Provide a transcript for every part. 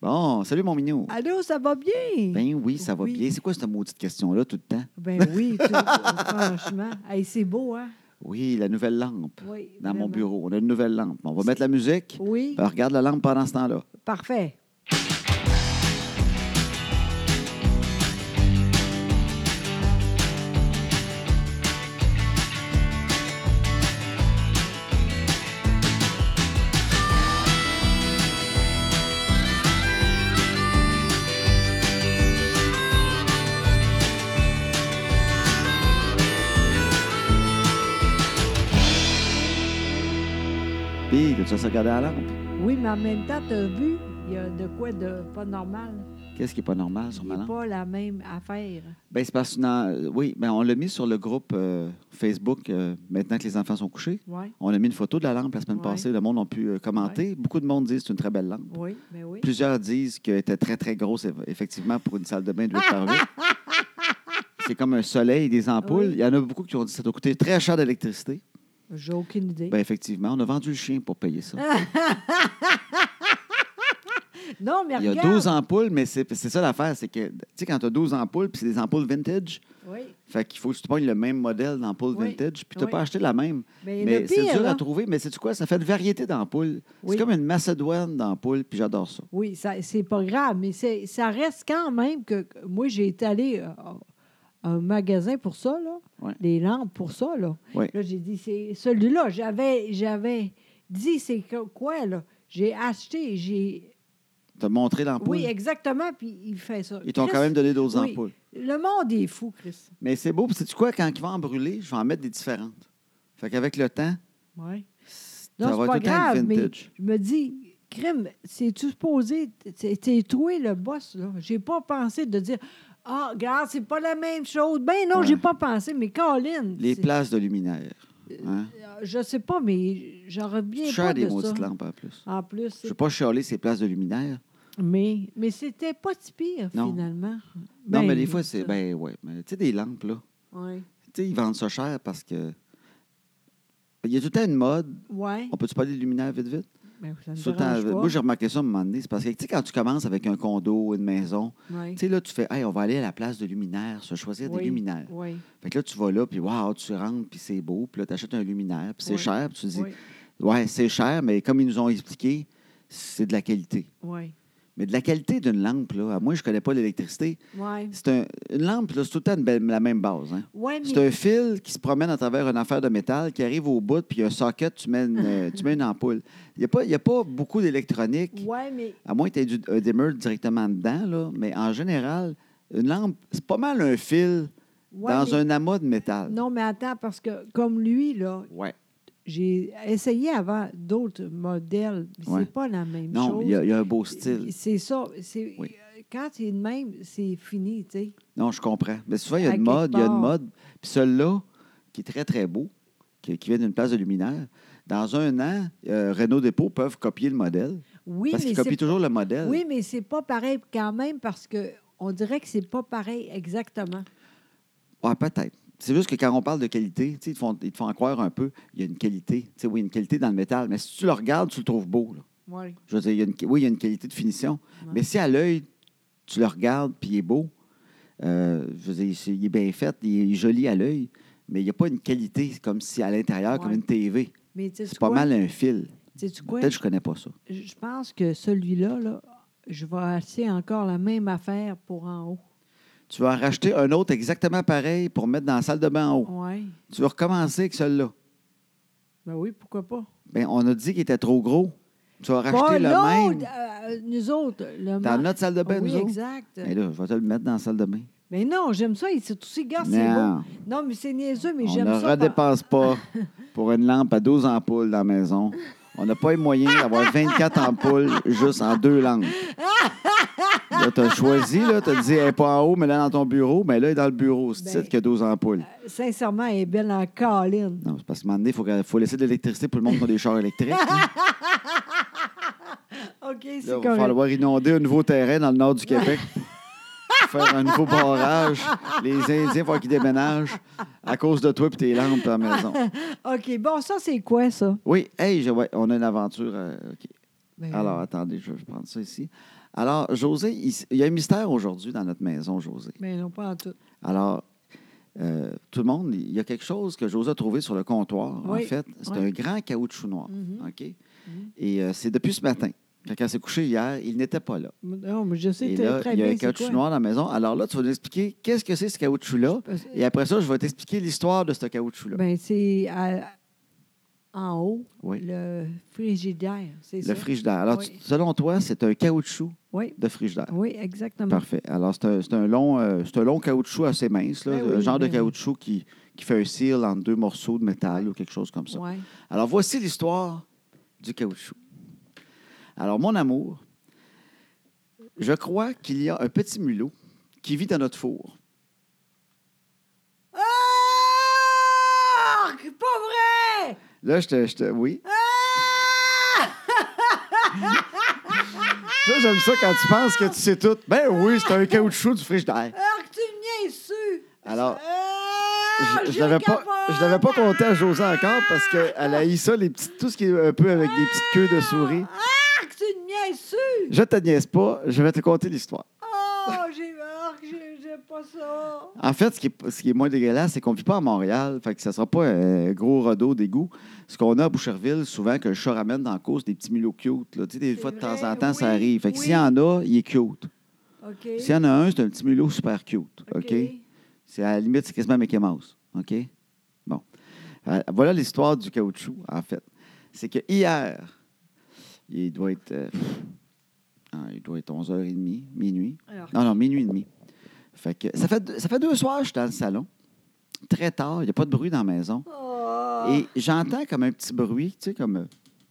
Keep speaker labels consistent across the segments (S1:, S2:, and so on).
S1: Bon, salut mon minou.
S2: Allô, ça va bien?
S1: Ben oui, ça va bien. C'est quoi cette maudite question-là tout le temps?
S2: Ben oui, franchement. Hey, c'est beau, hein?
S1: Oui, la nouvelle lampe
S2: Oui.
S1: dans
S2: vraiment.
S1: mon bureau. On a une nouvelle lampe. On va mettre la musique.
S2: Oui,
S1: Ben, regarde la lampe pendant ce temps-là.
S2: parfait.
S1: Puis, tu vas regarder la lampe.
S2: Oui, mais en même temps, tu as vu, il y a de quoi de pas normal.
S1: Qu'est-ce qui n'est pas normal sur
S2: Il
S1: ma
S2: n'est
S1: lampe?
S2: pas la même affaire.
S1: Ben, c'est parce que, oui, ben, on l'a mis sur le groupe Facebook maintenant que les enfants sont couchés.
S2: Oui,
S1: On a mis une photo de la lampe la semaine
S2: Ouais.
S1: passée. Le monde a pu commenter. Beaucoup de monde disent que c'est une très belle lampe.
S2: oui, mais oui.
S1: Plusieurs disent qu'elle était très, très grosse, effectivement, pour une salle de bain de 8 par 8. C'est comme un soleil, des ampoules.
S2: Oui.
S1: Il y en a beaucoup qui ont dit que ça doit coûter très cher d'électricité.
S2: J'ai aucune idée.
S1: Bien, effectivement, on a vendu le chien pour payer ça.
S2: Non, mais
S1: Il y a
S2: regarde.
S1: 12 ampoules, mais c'est ça l'affaire, c'est que, tu sais, quand tu as 12 ampoules, puis c'est des ampoules vintage,
S2: Oui,
S1: fait qu'il faut que tu pognes le même modèle d'ampoule
S2: Oui.
S1: vintage, puis tu n'as
S2: Oui.
S1: pas acheté la même.
S2: mais,
S1: Mais
S2: le
S1: c'est
S2: pire,
S1: dur à
S2: là,
S1: trouver, mais sais-tu quoi? Ça fait une variété d'ampoules.
S2: Oui.
S1: C'est comme une macédoine d'ampoules, puis j'adore ça.
S2: oui, c'est pas grave, mais ça reste quand même que moi, j'ai été allé à un magasin pour ça, là.
S1: Ouais.
S2: Les lampes pour ça, là.
S1: Ouais.
S2: Là, j'ai dit, c'est celui-là. J'avais dit, c'est quoi, là? J'ai acheté,
S1: Tu as montré l'ampoule?
S2: Oui, exactement, puis il fait ça.
S1: Ils t'ont
S2: Chris,
S1: quand même donné d'autres
S2: oui.
S1: ampoules.
S2: Le monde est fou, Chris.
S1: Mais c'est beau, puis sais-tu quoi? Quand il va en brûler, je vais en mettre des différentes. Fait qu'avec le temps,
S2: Oui.
S1: ça
S2: Non,
S1: va
S2: c'est pas
S1: être tout le temps
S2: grave, mais
S1: vintage.
S2: je me dis, crime, c'est-tu supposé... T'es toi le boss, là. J'ai pas pensé de dire, ah, regarde, c'est pas la même chose. Ben non,
S1: Ouais.
S2: j'ai pas pensé, mais Colin...
S1: Les
S2: c'est-
S1: places de luminaire. Hein?
S2: Je sais pas, mais j'en reviens
S1: C'est
S2: pas
S1: cher
S2: de
S1: des
S2: ça.
S1: maudites lampes en plus.
S2: En plus,
S1: Je ne
S2: c'est-
S1: veux pas chialer ces places de luminaire.
S2: mais c'était pas si pire,
S1: Non.
S2: finalement.
S1: Non, mais des fois, c'est. Ben, ouais. Mais tu sais, des lampes, là.
S2: Oui.
S1: Tu sais, ils vendent ça cher parce que. Il y a tout le temps une mode.
S2: Oui.
S1: On peut-tu parler de luminaire vite, vite?
S2: Ben, ça ne
S1: Tout le temps-
S2: dérange pas.
S1: Moi, j'ai remarqué ça à un moment donné. C'est parce que, tu sais, quand tu commences avec un condo, une maison,
S2: Oui.
S1: tu sais, là, tu fais, hey, on va aller à la place de luminaire, se choisir des
S2: Oui.
S1: luminaires.
S2: Oui.
S1: Fait que là, tu vas là, puis waouh, tu rentres, puis c'est beau, puis là, tu achètes un luminaire, puis c'est
S2: Oui.
S1: cher, puis tu te dis,
S2: Oui.
S1: ouais, c'est cher, mais comme ils nous ont expliqué, c'est de la qualité.
S2: Oui.
S1: Mais de la qualité d'une lampe, là, moi, je ne connais pas l'électricité.
S2: Oui.
S1: Une lampe, là, c'est tout le temps la même base. Hein?
S2: Oui,
S1: C'est
S2: mais...
S1: un fil qui se promène à travers une affaire de métal, qui arrive au bout, puis il y a un socket, tu mets une ampoule. Il n'y a pas beaucoup d'électronique,
S2: Oui, mais...
S1: à moins que tu aies un dimmer directement dedans, là, mais en général, une lampe, c'est pas mal un fil
S2: Ouais,
S1: dans
S2: mais-
S1: un amas de métal.
S2: Non, mais attends, parce que comme lui, là,
S1: Ouais.
S2: j'ai essayé avant d'autres modèles. Mais
S1: Ouais.
S2: c'est pas la même
S1: Non,
S2: chose.
S1: il y a un beau style.
S2: C'est ça.
S1: Oui.
S2: Quand c'est de même, c'est fini, tu sais.
S1: Non, je comprends. Mais souvent, il y a
S2: À
S1: une mode,
S2: quelque
S1: il y a une
S2: part.
S1: mode. Puis celui-là, qui est très, très beau, qui vient d'une place de luminaire, dans un an, Renault Dépôt peuvent copier le modèle.
S2: Oui,
S1: Parce
S2: mais
S1: qu'ils copient
S2: c'est...
S1: toujours le modèle.
S2: Oui, mais c'est pas pareil quand même parce que on dirait que c'est pas pareil exactement.
S1: Ouais, peut-être. C'est juste que quand on parle de qualité, tu sais, ils te font en croire un peu, il y a une qualité. Tu sais, oui, une qualité dans le métal. Mais si tu le regardes, tu le trouves beau. Là.
S2: Oui.
S1: Je veux dire, oui, il y a une qualité de finition.
S2: Ouais.
S1: Mais si à l'œil, tu le regardes puis il est beau, je veux dire, il est bien fait, il est joli à l'œil, mais il n'y a pas une qualité comme si à l'intérieur, comme
S2: Ouais.
S1: une TV.
S2: Mais tu sais
S1: C'est pas mal un fil.
S2: Sais-tu quoi?
S1: Peut-être que je ne connais pas ça.
S2: Je pense que celui-là, là, je vais acheter encore la même affaire pour en haut.
S1: Tu vas en racheter un autre exactement pareil pour mettre dans la salle de bain en haut.
S2: Oui.
S1: Tu vas recommencer avec celui-là.
S2: Ben oui, pourquoi pas?
S1: Bien, on a dit qu'il était trop gros. Tu vas racheter
S2: Pas
S1: le
S2: l'autre,
S1: même
S2: nous autres.
S1: dans notre salle de bain,
S2: oui,
S1: nous autres.
S2: exact.
S1: Mais là, je vais te le mettre dans la salle de bain.
S2: Mais non, j'aime ça. C'est aussi, gars, c'est beau.
S1: Non,
S2: Non, mais c'est niaiseux, mais
S1: on
S2: j'aime
S1: ne
S2: ça.
S1: redépense pas pour une lampe à 12 ampoules dans la maison. On n'a pas les moyens d'avoir 24 ampoules juste en 2 lampes. Là, tu as choisi, tu as dit, elle n'est pas en haut, mais là, dans ton bureau. Mais là, elle est dans le bureau. C'est
S2: Ben,
S1: titre qu'il y a 12 ampoules.
S2: Sincèrement, elle est belle en câline.
S1: Non, c'est parce qu'à un moment donné, il faut laisser de l'électricité pour le monde qui a des chars électriques. hein.
S2: OK, c'est
S1: Là, il va
S2: correct.
S1: falloir inonder un nouveau terrain dans le nord du Québec. Faire un nouveau barrage. Les Indiens, il faut qu'ils déménagent à cause de toi et tes lampes à la maison.
S2: OK, bon, ça, c'est quoi, ça?
S1: Oui, hey, ouais, on a une aventure. OK.
S2: Ben,
S1: Alors, attendez, je vais prendre ça ici. Alors, José, il y a un mystère aujourd'hui dans notre maison, José.
S2: mais non, pas en tout.
S1: Alors, tout le monde, il y a quelque chose que José a trouvé sur le comptoir. En
S2: Oui,
S1: fait, c'est
S2: oui.
S1: un grand caoutchouc noir.
S2: Mhm.
S1: OK?
S2: Mhm.
S1: Et c'est depuis ce matin. Quand elle s'est couchée hier, il n'était pas là.
S2: Non, mais je sais
S1: Et là,
S2: très
S1: il y a
S2: bien
S1: un
S2: c'est
S1: caoutchouc
S2: quoi.
S1: noir dans la maison. Alors là, tu vas nous expliquer qu'est-ce que c'est ce caoutchouc-là. Et après ça, je vais t'expliquer l'histoire de ce caoutchouc-là.
S2: Ben, c'est en haut,
S1: Oui.
S2: le frigidaire, c'est ça?
S1: Le frigidaire. Alors,
S2: Oui.
S1: selon toi, c'est un caoutchouc
S2: Oui,
S1: de frigidaire.
S2: oui, exactement.
S1: Parfait. Alors, c'est un long caoutchouc assez mince, là,
S2: Ben oui,
S1: un genre de
S2: ben oui.
S1: caoutchouc qui fait un seal entre deux morceaux de métal
S2: Ouais.
S1: ou quelque chose comme ça.
S2: Oui.
S1: Alors, voici l'histoire du caoutchouc. Alors, mon amour, je crois qu'il y a un petit mulot qui vit dans notre four.
S2: Ah! Pas vrai!
S1: Là, oui.
S2: Ah!
S1: Ça, j'aime ça quand tu penses que tu sais tout. Ben oui, c'est un caoutchouc du frigidaire.
S2: Ah, que tu me niaises dessus!
S1: Alors,
S2: Ah,
S1: je l'avais pas compté à José encore parce qu'elle a haï ça, tout ce qui est un peu avec des petites queues de souris.
S2: Ah, que tu me niaises dessus!
S1: Je te niaise pas, je vais te conter l'histoire.
S2: Oh, j'aime pas ça.
S1: En fait, ce qui est moins dégueulasse, c'est qu'on ne vit pas à Montréal. Fait que ça ne sera pas un gros radeau d'égout. Ce qu'on a à Boucherville, souvent, que le chat ramène dans la cause des petits mulots cute. Là. Tu sais, des
S2: C'est
S1: fois, de temps
S2: vrai,
S1: en temps, ça
S2: oui,
S1: arrive. Fait que
S2: oui.
S1: s'il y en a, il est cute.
S2: OK.
S1: S'il y en a un, c'est un petit mulot super cute. OK?
S2: OK.
S1: C'est à la limite, c'est quasiment Mickey Mouse. OK? Bon. Voilà l'histoire du caoutchouc, en fait. C'est que hier, il doit être 11h30, minuit.
S2: Alors,
S1: Non, minuit et demi. Fait que ça fait 2 soirs que je suis dans le salon. Très tard, il n'y a pas de bruit dans la maison.
S2: oh.
S1: Et j'entends comme un petit bruit, tu sais, comme.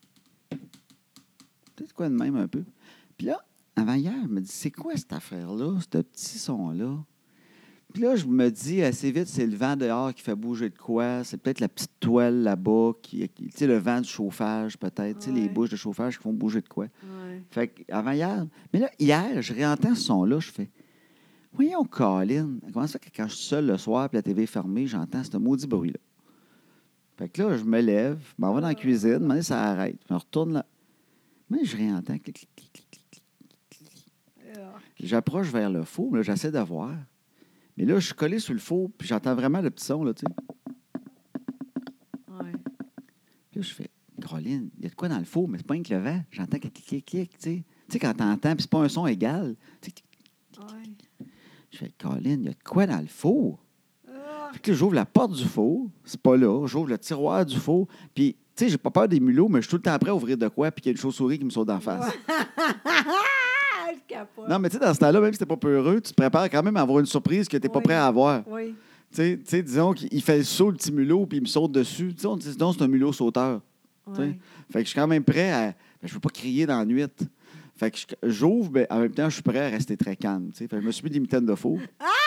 S1: Peut-être quoi de même un peu. Puis là, avant hier, je me dis, c'est quoi cette affaire-là, ce petit son-là? Puis là, je me dis assez vite, c'est le vent dehors qui fait bouger de quoi? C'est peut-être la petite toile là-bas, tu sais, le vent du chauffage, peut-être, tu sais, les
S2: Ouais.
S1: bouches de chauffage qui font bouger de quoi?
S2: Ouais.
S1: Fait qu'avant hier. Mais là, hier, je réentends ce son-là, je fais. Voyons, Colin, comment ça fait que quand je suis seul le soir et la TV est fermée, j'entends ce maudit bruit-là? Fait que là, je me lève, je m'en vais dans la cuisine, mais ça arrête. Je me retourne là. Mais je réentends. Clic, clic, clic, clic, clic, clic.
S2: Ah.
S1: J'approche vers le four, là, j'essaie de voir. Mais là, je suis collé sur le four, puis j'entends vraiment le petit son, là, tu sais.
S2: Ouais.
S1: Puis là, je fais, Colin, il y a de quoi dans le four, mais c'est pas rien que le vent. J'entends clic, clic, clic, clic, tu sais. Tu sais, quand t'entends, puis c'est pas un son égal. Tu sais,
S2: Ouais.
S1: je fais, Colin, il y a de quoi dans le four?
S2: Ah.
S1: Fait que là, j'ouvre la porte du four, c'est pas là. J'ouvre le tiroir du four, puis, tu sais, j'ai pas peur des mulots, mais je suis tout le temps prêt à ouvrir de quoi, puis qu'il y a une chauve-souris qui me saute d'en face.
S2: Je capote.
S1: Non, mais tu sais, dans ce temps-là, même si t'es pas peureux, tu te prépares quand même à avoir une surprise que t'es pas
S2: Oui.
S1: prêt à avoir.
S2: Oui.
S1: Tu sais, disons qu'il fait le saut, le petit mulot, puis il me saute dessus. Tu sais, on dit, donc, c'est un mulot sauteur. Tu sais.
S2: Ouais.
S1: Fait que je suis quand même prêt à. Ben, je veux pas crier dans la nuit. Fait que j'ouvre, mais en même temps, je suis prêt à rester très calme. Tu sais. Fait que je me suis mis des mitaines de faux.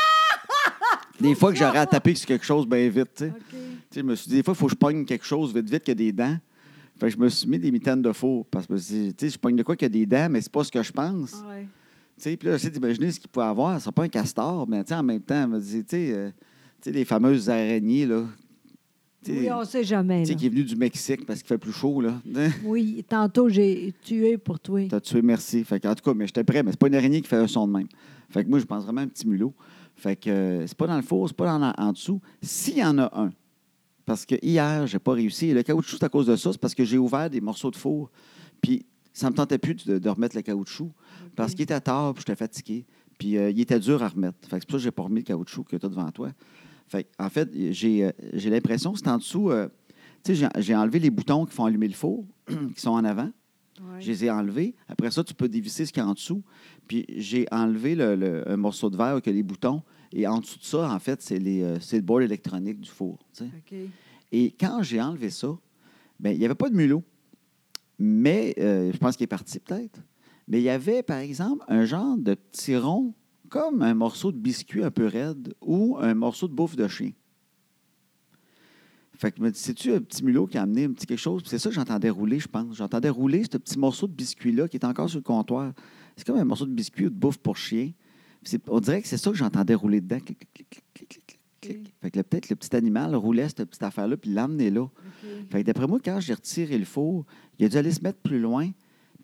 S1: Des fois que j'aurais à taper sur quelque chose bien vite. Tu sais.
S2: OK.
S1: Tu sais, je me suis dit, des fois, il faut que je pogne quelque chose vite, vite, qu'il y a des dents. Fait que je me suis mis des mitaines de faux. Parce que tu sais, je pogne de quoi qu'il y a des dents, mais c'est pas ce que je pense.
S2: Ouais.
S1: Tu sais, puis là, j'essaie d'imaginer ce qu'il pouvait avoir. Ce n'est pas un castor, mais tu sais, en même temps, elle me dit, tu sais, les fameuses araignées, là. Tu sais,
S2: Oui, on ne sait jamais.
S1: tu sais,
S2: Là.
S1: qui est venu du Mexique parce qu'il fait plus chaud, là.
S2: Oui, tantôt, j'ai tué pour toi.
S1: T'as tué, merci. Fait que, en tout cas, mais j'étais prêt, mais c'est pas une araignée qui fait un son de même. Fait que moi, je pense vraiment à un petit mulot. Fait que c'est pas dans le four, c'est pas en dessous. S'il y en a un, parce que hier, j'ai pas réussi. Et le caoutchouc, c'est à cause de ça, c'est parce que j'ai ouvert des morceaux de four. Puis ça me tentait plus de remettre le caoutchouc parce qu'il était tard, puis j'étais fatigué. Puis il était dur à remettre. Fait que c'est pour ça que j'ai pas remis le caoutchouc que tu as devant toi. Fait que, en fait, j'ai l'impression que c'est en dessous. Tu sais, j'ai enlevé les boutons qui font allumer le four, qui sont en avant.
S2: Ouais.
S1: Je les ai enlevés. Après ça, tu peux dévisser ce qu'il y a en dessous. Puis j'ai enlevé un morceau de verre avec les boutons. Et en dessous de ça, en fait, c'est le board électronique du four. Tu sais.
S2: OK.
S1: Et quand j'ai enlevé ça, bien, il n'y avait pas de mulot. Mais je pense qu'il est parti peut-être. Mais il y avait, par exemple, un genre de petit rond, comme un morceau de biscuit un peu raide ou un morceau de bouffe de chien. Fait que je me dis, c'est-tu un petit mulot qui a amené un petit quelque chose? Puis c'est ça que j'entendais rouler, je pense. J'entendais rouler ce petit morceau de biscuit-là qui est encore sur le comptoir. C'est comme un morceau de biscuit ou de bouffe pour chien. On dirait que c'est ça que j'entendais rouler dedans. Clic, clic, clic, clic, clic, clic, clic. Fait que peut-être le petit animal roulait cette petite affaire-là puis l'amenait là.
S2: OK.
S1: Fait que d'après moi, quand j'ai retiré le four, il a dû aller se mettre plus loin.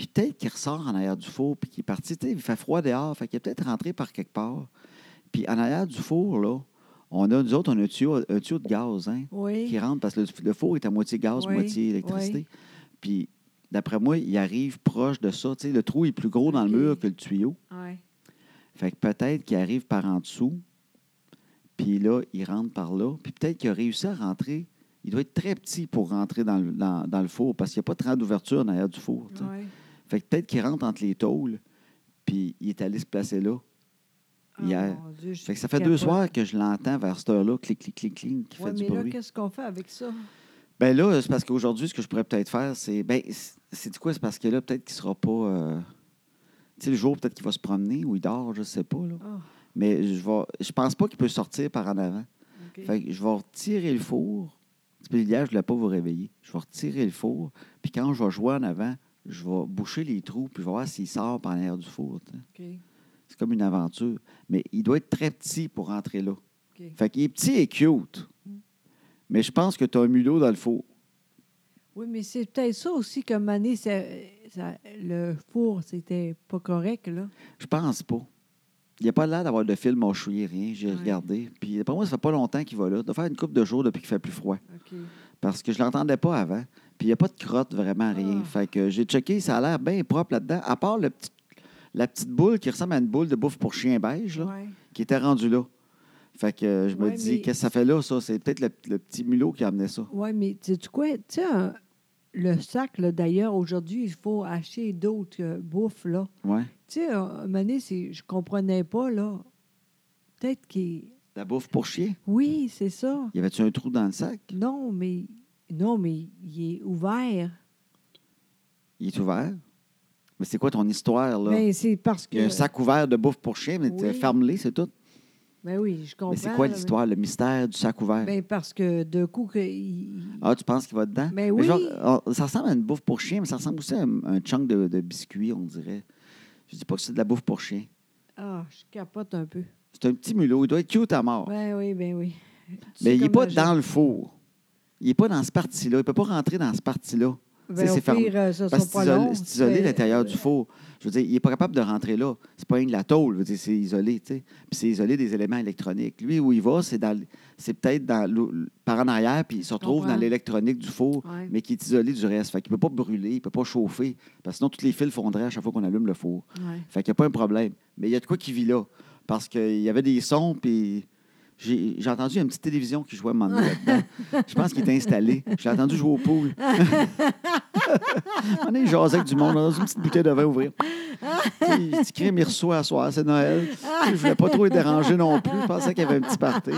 S1: Puis peut-être qu'il ressort en arrière du four, puis qu'il est parti. Tu sais, il fait froid dehors, fait qu'il est peut-être rentré par quelque part. Puis en arrière du four, là, nous autres, on a un tuyau de gaz, hein,
S2: Oui.
S1: qui rentre, parce que le four est à moitié gaz,
S2: Oui,
S1: moitié électricité.
S2: oui.
S1: Puis d'après moi, il arrive proche de ça. Tu sais, le trou est plus gros dans le
S2: OK.
S1: mur que le tuyau.
S2: Oui.
S1: Fait que peut-être qu'il arrive par en dessous, puis là, il rentre par là. Puis peut-être qu'il a réussi à rentrer. Il doit être très petit pour rentrer dans le four, parce qu'il n'y a pas de rang d'ouverture en arrière du four. Tu sais.
S2: Oui.
S1: Fait que peut-être qu'il rentre entre les tôles, puis il est allé se placer là hier.
S2: Oh, mon Dieu, je
S1: Fait que ça fait
S2: capote.
S1: 2 soirs que je l'entends vers cette heure-là, clic, clic, clic, clic, qui
S2: Oui,
S1: fait du
S2: mais là,
S1: bruit.
S2: qu'est-ce qu'on fait avec ça?
S1: Ben là, c'est parce qu'aujourd'hui, ce que je pourrais peut-être faire, c'est. Ben, c'est quoi? C'est parce que là, peut-être qu'il sera pas. Tu sais, le jour, peut-être qu'il va se promener ou il dort, je ne sais pas. Là.
S2: Ah,
S1: Mais je pense pas qu'il peut sortir par en avant.
S2: OK.
S1: Fait que je vais retirer le four. Puis hier, je ne voulais pas vous réveiller. Je vais retirer le four. Puis quand je vais jouer en avant, je vais boucher les trous, puis je vais voir s'il sort par l'arrière du four. Tu sais.
S2: OK.
S1: C'est comme une aventure. Mais il doit être très petit pour rentrer là.
S2: OK.
S1: Fait qu'il est petit et cute. Mais je pense que tu as un mulot dans le four.
S2: Oui, mais c'est peut-être ça aussi que Mané, le four, c'était pas correct, là.
S1: Je pense pas. Il n'y a pas l'air d'avoir de fil mâchouillé, rien. J'ai
S2: Ouais.
S1: regardé. Puis d'après moi, ça fait pas longtemps qu'il va là. Il doit faire une couple de jours depuis qu'il fait plus froid.
S2: OK.
S1: Parce que je l'entendais pas avant. Puis il n'y a pas de crotte, vraiment rien.
S2: Ah.
S1: Fait que j'ai checké, ça a l'air bien propre là-dedans. À part la petite boule qui ressemble à une boule de bouffe pour chien beige, là,
S2: Ouais.
S1: qui était rendue là. Fait que je me
S2: Ouais,
S1: dis,
S2: mais-
S1: qu'est-ce que ça fait là, ça? C'est peut-être le petit mulot qui a amené ça.
S2: Oui, mais sais-tu quoi? Tu sais, le sac, là, d'ailleurs, aujourd'hui, il faut acheter d'autres bouffes, là.
S1: Ouais.
S2: Tu sais, un moment donné, je comprenais pas, là. Peut-être qu'il...
S1: La bouffe pour chien?
S2: Oui, c'est ça.
S1: Y avait-tu un trou dans le sac?
S2: Non, mais il est ouvert.
S1: Il est ouvert? Mais c'est quoi ton histoire, là?
S2: Mais c'est parce que...
S1: Il y a un sac ouvert de bouffe pour chien, mais
S2: Oui.
S1: ferme-le, c'est tout.
S2: Ben oui, je comprends.
S1: Mais c'est quoi
S2: là,
S1: l'histoire, le mystère du sac ouvert?
S2: Ben parce que de coup,
S1: Ah, tu penses qu'il va dedans?
S2: Ben
S1: Mais
S2: oui.
S1: Ça ressemble à une bouffe pour chien, mais ça ressemble aussi à un chunk de biscuit, on dirait. Je dis pas que c'est de la bouffe pour chien.
S2: Ah, je capote un peu.
S1: C'est un petit mulot. Il doit être cute à mort.
S2: Ben oui, ben oui. Tu
S1: Mais
S2: sais
S1: il n'est
S2: comment
S1: pas dans le four. Il n'est pas dans ce parti-là. Il ne peut pas rentrer dans ce parti-là.
S2: Ben,
S1: c'est
S2: au
S1: fermé.
S2: pire, ça
S1: Parce
S2: sera
S1: que
S2: pas long.
S1: c'est isolé l'intérieur du four. Je veux dire, il n'est pas capable de rentrer là. C'est pas rien que la tôle. Je veux dire, c'est isolé, tu sais. Puis c'est isolé des éléments électroniques. Lui, où il va, c'est peut-être par en arrière, puis il se retrouve
S2: comprends.
S1: dans l'électronique du four,
S2: Ouais.
S1: mais qui est isolé du reste. Fait qu'il ne peut pas brûler, il ne peut pas chauffer. Parce que sinon, tous les fils fondraient à chaque fois qu'on allume le four.
S2: Ouais.
S1: Fait qu'il n'y a pas un problème. Mais il y a de quoi qui vit là. Parce qu'il y avait des sons, puis j'ai entendu une petite télévision qui jouait à un moment donné là-dedans. Je pense qu'il était installé. Je l'ai entendu jouer au pool. On est jasé avec du monde dans une petite bouteille de vin à ouvrir. Tu crime, il reçoit à soir, c'est Noël. Je voulais pas trop le déranger non plus. Je pensais qu'il y avait un petit party.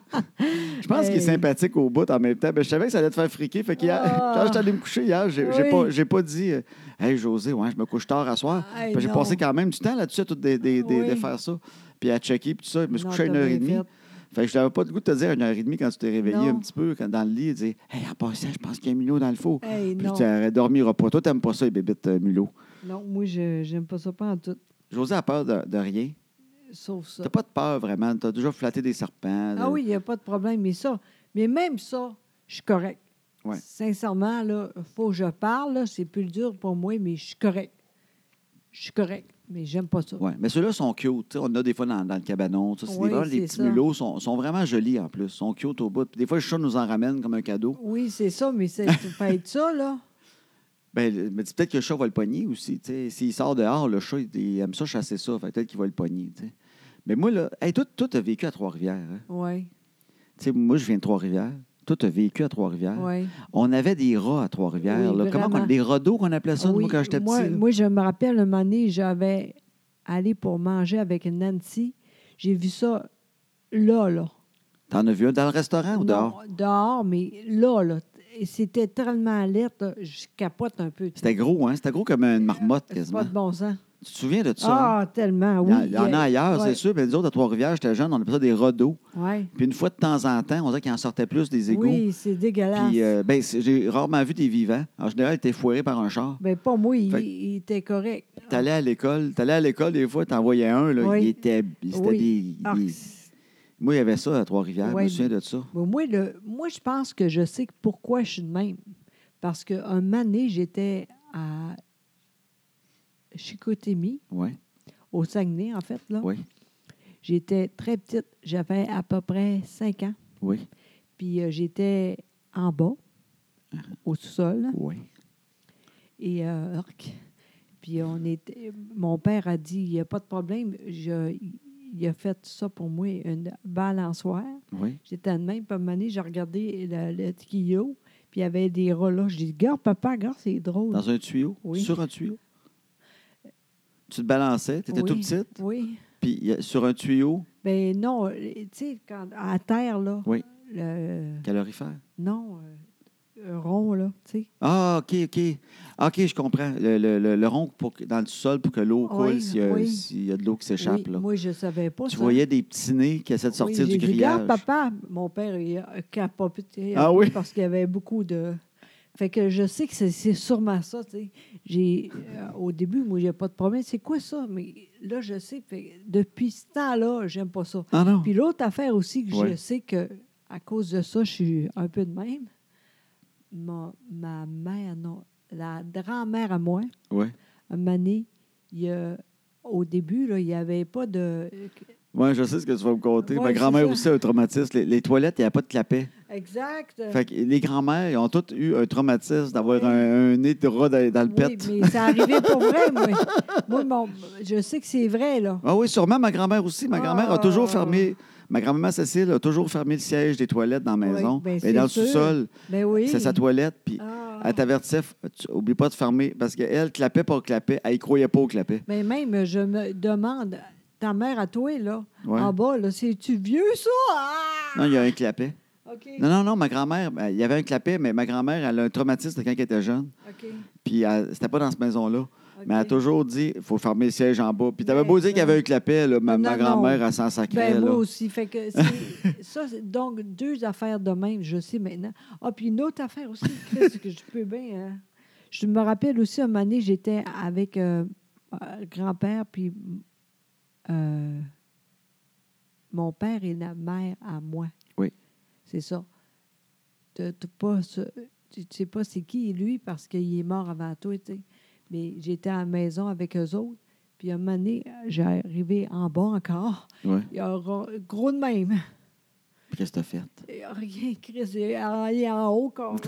S1: Je pense qu'il est
S2: Hey.
S1: sympathique au bout en même temps. Ben, je savais que ça allait te faire friquer. Fait qu'hier, quand j'étais allé me coucher hier, j'ai pas dit Hey José, ouais, je me couche tard à soir.
S2: Hey,
S1: Puis j'ai
S2: non.
S1: passé quand même du temps là-dessus de
S2: Oui.
S1: faire ça. Puis à checker, puis tout ça. Je me suis
S2: Non,
S1: couché à
S2: t'as
S1: 1h30.
S2: bien fait.
S1: Fait que je n'avais pas le goût de te dire à 1h30 quand tu t'es réveillé
S2: Non.
S1: un petit peu dans le lit et dire Hey, en passant, je pense qu'il y a un mulot dans le four.
S2: Hey,
S1: Puis
S2: non.
S1: tu dormiras pas. Toi, tu n'aimes pas ça, les bébites mulots.
S2: Non, moi, j'aime pas ça pas en tout.
S1: José a peur de rien.
S2: Sauf
S1: Tu
S2: ça.
S1: n'as pas de peur vraiment. Tu as déjà flatté des serpents.
S2: Ah oui, il n'y a pas de problème. Mais même ça, je suis correct.
S1: Ouais.
S2: Sincèrement, là, il faut que je parle. Là, c'est plus dur pour moi, mais je suis correct. Je suis correct, mais j'aime pas ça.
S1: Oui, mais ceux-là sont cute. T'sais, on en a des fois dans le cabanon. C'est
S2: Oui,
S1: vraiment,
S2: c'est
S1: les petits
S2: ça.
S1: mulots sont vraiment jolis en plus. Ils sont cute au bout. Puis des fois, le chat nous en ramène comme un cadeau.
S2: Oui, c'est ça, mais ça peut être ça, là.
S1: Ben, mais peut-être que le chat va le pogner aussi. T'sais. S'il sort dehors, le chat, il aime ça chasser ça. Fait que peut-être qu'il va le pogner. T'sais. Mais moi, là, hey, toi, tu as vécu à Trois-Rivières. Hein?
S2: Oui,
S1: T'sais, moi, je viens de Trois-Rivières. Toi, tu as vécu à Trois-Rivières.
S2: oui.
S1: On avait des rats à Trois-Rivières.
S2: Oui,
S1: là. Comment
S2: vraiment.
S1: des rats d'eau qu'on appelait ça,
S2: Oui,
S1: moi, quand j'étais
S2: moi,
S1: petit. Là.
S2: moi, je me rappelle, un moment donné, j'avais allé pour manger avec Nancy. J'ai vu ça là.
S1: T'en as vu un dans le restaurant ou dehors?
S2: Non, dehors, mais là. Et c'était tellement laid, là, je capote un peu.
S1: C'était gros, hein? C'était gros comme une marmotte,
S2: C'est
S1: quasiment.
S2: pas de bon sens.
S1: Tu te souviens de ça? hein?
S2: Ah, tellement, oui.
S1: Il y en a ailleurs,
S2: ouais.
S1: c'est sûr. Mais nous autres, à Trois-Rivières, j'étais jeune, on appelait ça des rats d'eau.
S2: Oui,
S1: Puis une fois de temps en temps, on dirait qu'il en sortait plus des égouts.
S2: oui, c'est dégueulasse.
S1: Puis j'ai rarement vu des vivants. En général, ils étaient foirés par un char.
S2: Ben, pas moi,
S1: Fait-
S2: il était correct.
S1: T'allais à l'école, des fois, t'en voyais un, là,
S2: Oui.
S1: c'était
S2: Oui. Ah,
S1: Moi, il y avait ça à Trois-Rivières,
S2: Ouais.
S1: je me souviens de ça.
S2: bon, moi, je pense que je sais pourquoi je suis de même. Parce qu'un moment donné, j'étais à Chicoutimi,
S1: Oui,
S2: au Saguenay, en fait. Là.
S1: oui,
S2: J'étais très petite. J'avais à peu près 5 ans.
S1: oui,
S2: Puis j'étais en bas, au sous-sol.
S1: oui.
S2: Et puis mon père a dit, il n'y a pas de problème. Il a fait ça pour moi, une balançoire.
S1: Oui.
S2: J'étais de même. Puis à un moment donné, j'ai regardé le tuyau, puis il y avait des rats là. Je dis, regarde, papa, regarde, c'est drôle.
S1: Dans un tuyau?
S2: Oui.
S1: Sur un tuyau? Tu te balançais, tu étais tout petite,
S2: Oui.
S1: puis sur un tuyau,
S2: Ben non, tu sais, à terre, là.
S1: Oui.
S2: Le,
S1: calorifère.
S2: non, rond, là, tu sais.
S1: Ah, OK. OK, je comprends. Le rond dans le sol pour que l'eau coule
S2: Oui,
S1: s'il y a de l'eau qui s'échappe.
S2: Oui,
S1: Là.
S2: moi, je ne savais pas
S1: Tu
S2: ça.
S1: voyais des petits nez qui essaient de sortir
S2: Oui,
S1: du
S2: j'ai dit, regarde,
S1: grillage.
S2: papa, mon père, il a capoté
S1: Ah oui?
S2: parce qu'il y avait beaucoup de... Fait que je sais que c'est sûrement ça, tu sais. Au début, moi, j'ai pas de problème. C'est quoi ça? Mais là, je sais, depuis ce temps-là, j'aime pas ça.
S1: Ah non?
S2: Puis l'autre affaire aussi que
S1: Ouais.
S2: je sais que à cause de ça, je suis un peu de même. Ma mère, non, la grand-mère à moi,
S1: Oui.
S2: un moment donné, au début, là, il n'y avait pas de...
S1: Oui, je sais ce que tu vas me conter.
S2: Ouais,
S1: Ma
S2: c'est
S1: grand-mère
S2: ça.
S1: aussi a un traumatisme. Les toilettes, il n'y a pas de clapet.
S2: Exact.
S1: Fait que les grands-mères, ils ont toutes eu un traumatisme d'avoir
S2: Oui.
S1: un nez de rat dans le
S2: Oui,
S1: pet.
S2: mais ça arrivait pour vrai, moi. Je sais que c'est vrai, là.
S1: Ah oui, sûrement ma grand-mère aussi. Ma grand-mère a toujours
S2: Ah.
S1: fermé. Ma grand-maman Cécile a toujours fermé le siège des toilettes dans la
S2: Oui,
S1: maison.
S2: ben,
S1: Mais
S2: c'est
S1: dans le
S2: sûr.
S1: sous-sol,
S2: Ben oui.
S1: c'est sa toilette. Puis
S2: Ah.
S1: elle t'avertissait, oublie pas de fermer. Parce qu'elle clapait pas au clapet. Elle y croyait pas au clapet.
S2: Mais même, je me demande, ta mère à toi, là,
S1: Ouais.
S2: en bas, là, c'est-tu vieux, ça? Ah!
S1: Non, il y a un clapet.
S2: OK.
S1: Non, ma grand-mère, il y avait un clapet, mais ma grand-mère, elle a un traumatisme de quand elle était jeune.
S2: OK.
S1: Puis c'était pas dans cette maison-là.
S2: OK.
S1: Mais elle a toujours dit, il faut fermer le siège en bas. Puis t'avais
S2: Mais
S1: beau dire
S2: ça-
S1: qu'il y avait un clapet, là, ma
S2: Non,
S1: grand-mère,
S2: non.
S1: elle s'en sacrait.
S2: Ben, moi
S1: là.
S2: aussi. Fait que donc, 2 affaires de même, je sais maintenant. Ah, puis une autre affaire aussi, Chris, que je peux bien... Je me rappelle aussi, un moment donné, j'étais avec le grand-père, puis mon père et la mère à moi.
S1: Oui.
S2: C'est ça. Tu sais pas c'est qui, lui, parce qu'il est mort avant toi, tu sais. Mais j'étais à la maison avec eux autres. Puis un moment donné, j'ai arrivé en bas encore.
S1: Ouais.
S2: Il y a gros de même.
S1: Puis qu'est-ce que t'as fait?
S2: Il y a rien, Chris. Il est en haut, encore.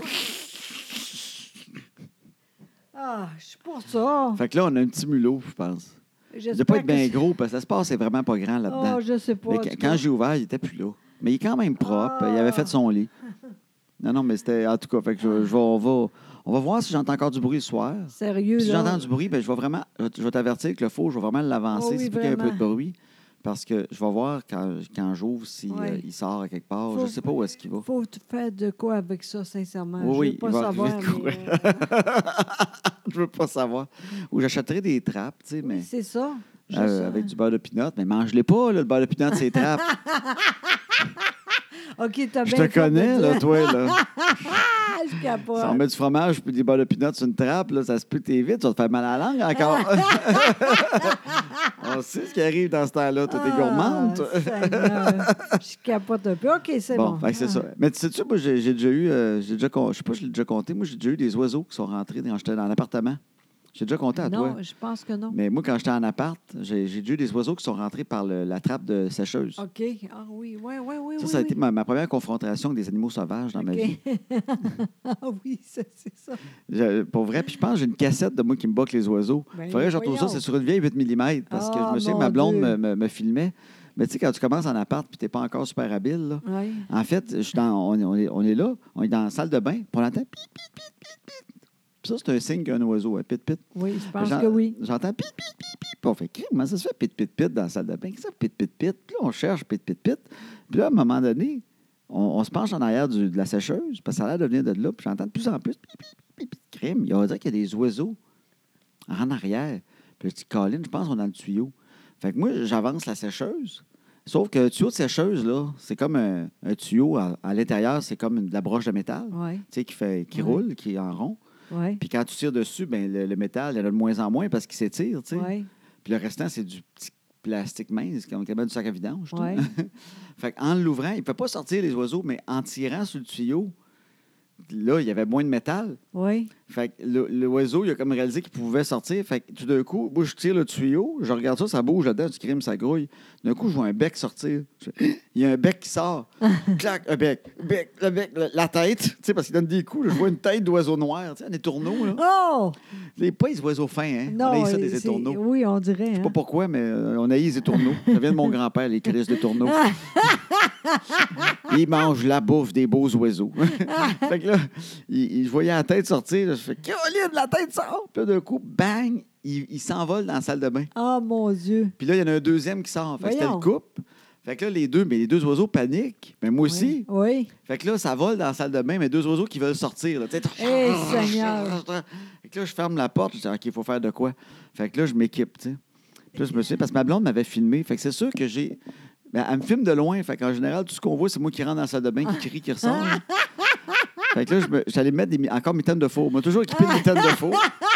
S2: Ah, je suis pour ça.
S1: Fait que là, on a un petit mulot, je pense. Il ne doit pas être bien gros, parce que l'espace c'est vraiment pas grand là-dedans.
S2: Oh, je sais pas.
S1: Mais
S2: en tout
S1: quand
S2: cas.
S1: j'ai ouvert, il était plus là. Mais il est quand même propre.
S2: Ah.
S1: Il avait fait son lit. Non, mais c'était... En tout cas, fait que on va voir si j'entends encore du bruit le soir.
S2: Sérieux,
S1: Puis si
S2: là.
S1: j'entends du bruit, ben, je vais t'avertir que le four, je vais vraiment l'avancer
S2: Oh oui,
S1: s'il fait qu'il y a un peu de
S2: vraiment.
S1: bruit. Parce que je vais voir quand j'ouvre s'il
S2: Ouais.
S1: il sort à quelque part.
S2: Faut-
S1: Je ne sais pas où est-ce qu'il va.
S2: Faut faire de quoi avec ça, sincèrement.
S1: Oui,
S2: je veux
S1: il
S2: pas
S1: va
S2: savoir,
S1: arriver de quoi.
S2: mais...
S1: Je veux pas savoir. Ou j'achèterais des trappes, tu sais, mais
S2: Oui, c'est ça. Juste,
S1: avec du beurre de pinot. Mais mange-les pas, là, le beurre de pinot, c'est trappes.
S2: OK, t'as
S1: Je
S2: bien
S1: te
S2: fait de
S1: connais,
S2: dire.
S1: là, toi, là.
S2: Ah, je capote.
S1: Si on met du fromage puis des beurres de pinot sur une trappe, là, ça se peut que t'es vite, tu vas te faire mal à la langue encore. On sait ce qui arrive dans ce temps-là. Toi, t'es gourmande, toi.
S2: Seigneur. Je capote un peu. OK, c'est bon.
S1: Fait que c'est ça. Mais tu sais-tu, moi, j'ai déjà eu, je sais pas si je l'ai déjà compté, moi, j'ai déjà eu des oiseaux qui sont rentrés quand j'étais dans l'appartement. J'ai déjà compté à toi.
S2: Non, je pense que non.
S1: Mais moi, quand j'étais en appart, j'ai déjà eu des oiseaux qui sont rentrés par la trappe de sécheuse.
S2: OK. Ah oui, oui.
S1: Ça a été ma première confrontation avec des animaux sauvages dans ma vie.
S2: Ah oui, c'est ça.
S1: Pour vrai, puis je pense que j'ai une cassette de moi qui me bat avec les oiseaux. Il
S2: Ben,
S1: faudrait que je retrouve ça,
S2: voyons.
S1: c'est sur une vieille 8 mm, parce que je
S2: Ah,
S1: me souviens que
S2: mon
S1: ma blonde
S2: Dieu.
S1: me filmait. Mais tu sais, quand tu commences en appart puis tu n'es pas encore super habile, là,
S2: Oui.
S1: en fait, on est là, on est dans la salle de bain, puis on entend pit, pit, pit, pit, pit. Puis ça, c'est un signe qu'un oiseau, pit, pit.
S2: Oui, je pense que oui.
S1: J'entends pit, pit, pit, pit. Puis on fait, comment ça se fait pit, pit, pit dans la salle de bain? Qu'est-ce que ça, pit, pit, pit? Puis là, on cherche pit, pit, pit. Puis là, à un moment donné, on se penche en arrière de la sécheuse, parce que ça a l'air de venir de là, puis j'entends de plus en plus pit, pit, pit, pit, crime. Il va dire qu'il y a des oiseaux en arrière. Puis je dis, Colin, je pense qu'on est dans le tuyau. Fait que moi, j'avance la sécheuse. Sauf que le tuyau de sécheuse, là, c'est comme un tuyau à l'intérieur, c'est comme de la broche de métal,
S2: Oui,
S1: tu sais, qui
S2: Ouais.
S1: roule, qui est en rond.
S2: oui.
S1: Puis quand tu tires dessus, ben le métal, il y en a de moins en moins parce qu'il s'étire, tu sais.
S2: Oui,
S1: Puis le restant, c'est du petit plastique mince, comme du sac à vidange. tout.
S2: oui.
S1: Fait qu'en l'ouvrant, il ne peut pas sortir les oiseaux, mais en tirant sur le tuyau, là, il y avait moins de métal.
S2: Oui.
S1: Fait que l'oiseau, il a comme réalisé qu'il pouvait sortir. Fait que tout d'un coup, moi, je tire le tuyau, je regarde ça, ça bouge là-dedans, du crime, ça grouille. D'un coup, je vois un bec sortir. Il y a un bec qui sort. Clac, un bec. Le bec, la tête. Tu sais, parce qu'il donne des coups. Là, je vois une tête d'oiseau noir, tu sais, un étourneau. Là.
S2: Oh!
S1: Pas les oiseaux fins, hein?
S2: Non,
S1: on a ça des étourneaux.
S2: Oui, on dirait.
S1: Je sais
S2: Hein?
S1: pas pourquoi, mais on a les étourneaux. Ça vient de mon grand-père, les crises d'étourneaux. Il mange la bouffe des beaux oiseaux. Fait que là, je voyais la tête sortir. Là, je fais « Caroline, la tête sort! » Puis là, d'un coup, bang! Il s'envole dans la salle de bain.
S2: Oh, mon Dieu!
S1: Puis là, il y en a un deuxième qui sort. Fait que c'était le couple. Fait que là, les deux oiseaux paniquent. Mais moi aussi.
S2: Oui.
S1: Fait que là, ça vole dans la salle de bain, mais deux oiseaux qui veulent sortir.
S2: Hé, Seigneur!
S1: Fait que là, je ferme la porte. Je dis « OK, il faut faire de quoi? » Fait que là, je m'équipe, tu sais. Puis là, je me suis dit, parce que ma blonde m'avait filmé. Fait que c'est sûr que j'ai... Ben, elle me filme de loin. Fait qu'en général, tout ce qu'on voit, c'est moi qui rentre dans la salle de bain, qui crie, qui ressort. Fait que là, j'allais mettre encore mitaines de faux. Moi, toujours équipé de mitaines de faux.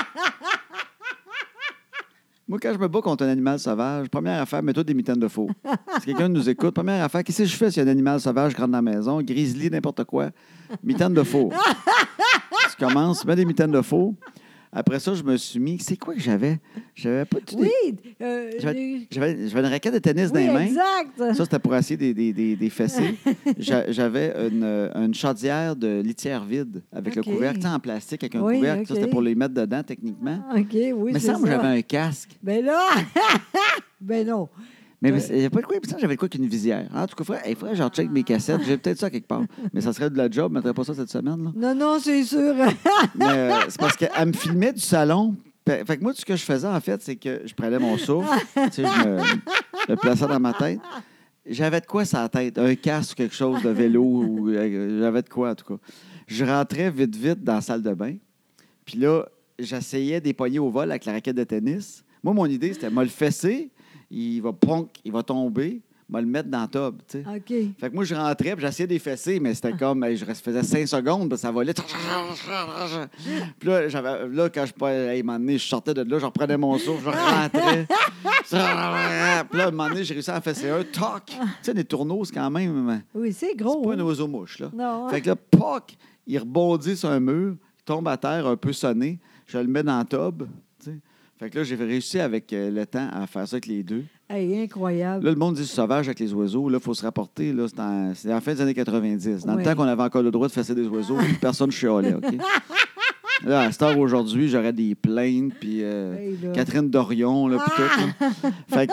S1: Moi, quand je me bats contre un animal sauvage, première affaire, mets-toi des mitaines de faux. Si quelqu'un nous écoute, première affaire, qu'est-ce que je fais s'il y a un animal sauvage qui rentre dans la maison, grizzly, n'importe quoi, mitaines de faux. Tu commences, tu mets des mitaines de faux. Après ça, je me suis mis... C'est quoi que j'avais? J'avais pas tout...
S2: Oui!
S1: J'avais une raquette de tennis dans les mains.
S2: Exact!
S1: Ça, c'était pour essayer des fessées. J'avais une chaudière de litière vide avec le couvercle en plastique, avec un couvercle. Okay. Ça, c'était pour les mettre dedans, techniquement.
S2: OK, oui,
S1: mais ça, moi, j'avais un casque.
S2: Ben là! Ben non!
S1: Mais il n'y a pas de quoi. Puis ça, j'avais quoi qu'une visière. En tout cas, il faudrait que je recheck mes cassettes. J'ai peut-être ça quelque part. Mais ça serait de la job. Je ne mettrais pas ça cette semaine. Là.
S2: Non, c'est sûr.
S1: Mais c'est parce qu'elle me filmait du salon. Fait que moi, ce que je faisais, en fait, c'est que je prenais mon souffle. Je me plaçais dans ma tête. J'avais de quoi sur la tête? Un casque ou quelque chose de vélo. Ou, j'avais de quoi, en tout cas. Je rentrais vite dans la salle de bain. Puis là, j'essayais des poignées au vol avec la raquette de tennis. Moi, mon idée, c'était me le fesser. Il va tomber, me le mettre dans le tub, tu sais.
S2: OK.
S1: Fait que moi, je rentrais, puis j'essayais de les fesser, mais c'était comme, je faisais 5 secondes, puis ça volait. Puis là, quand un moment donné, je sortais de là, je reprenais mon souffle, je rentrais. Puis là, un moment donné, j'ai réussi à en fesser un, toc! Tu sais, des tourneaux, c'est quand même...
S2: Oui, c'est gros.
S1: C'est pas un oiseau-mouche, là.
S2: Non.
S1: Fait que là, poc! Il rebondit sur un mur, il tombe à terre, un peu sonné. Je le mets dans le tub, tu sais. Fait que là, j'ai réussi avec le temps à faire ça avec les deux.
S2: Hey, incroyable.
S1: Là, le monde dit sauvage avec les oiseaux. Là, il faut se rapporter. Là, c'est en fin des années 90. Dans le temps qu'on avait encore le droit de fesser des oiseaux, personne ne chialait, OK? Là, à cette heure aujourd'hui, j'aurais des plaintes, puis Catherine Dorion, là, puis tout. Là. Fait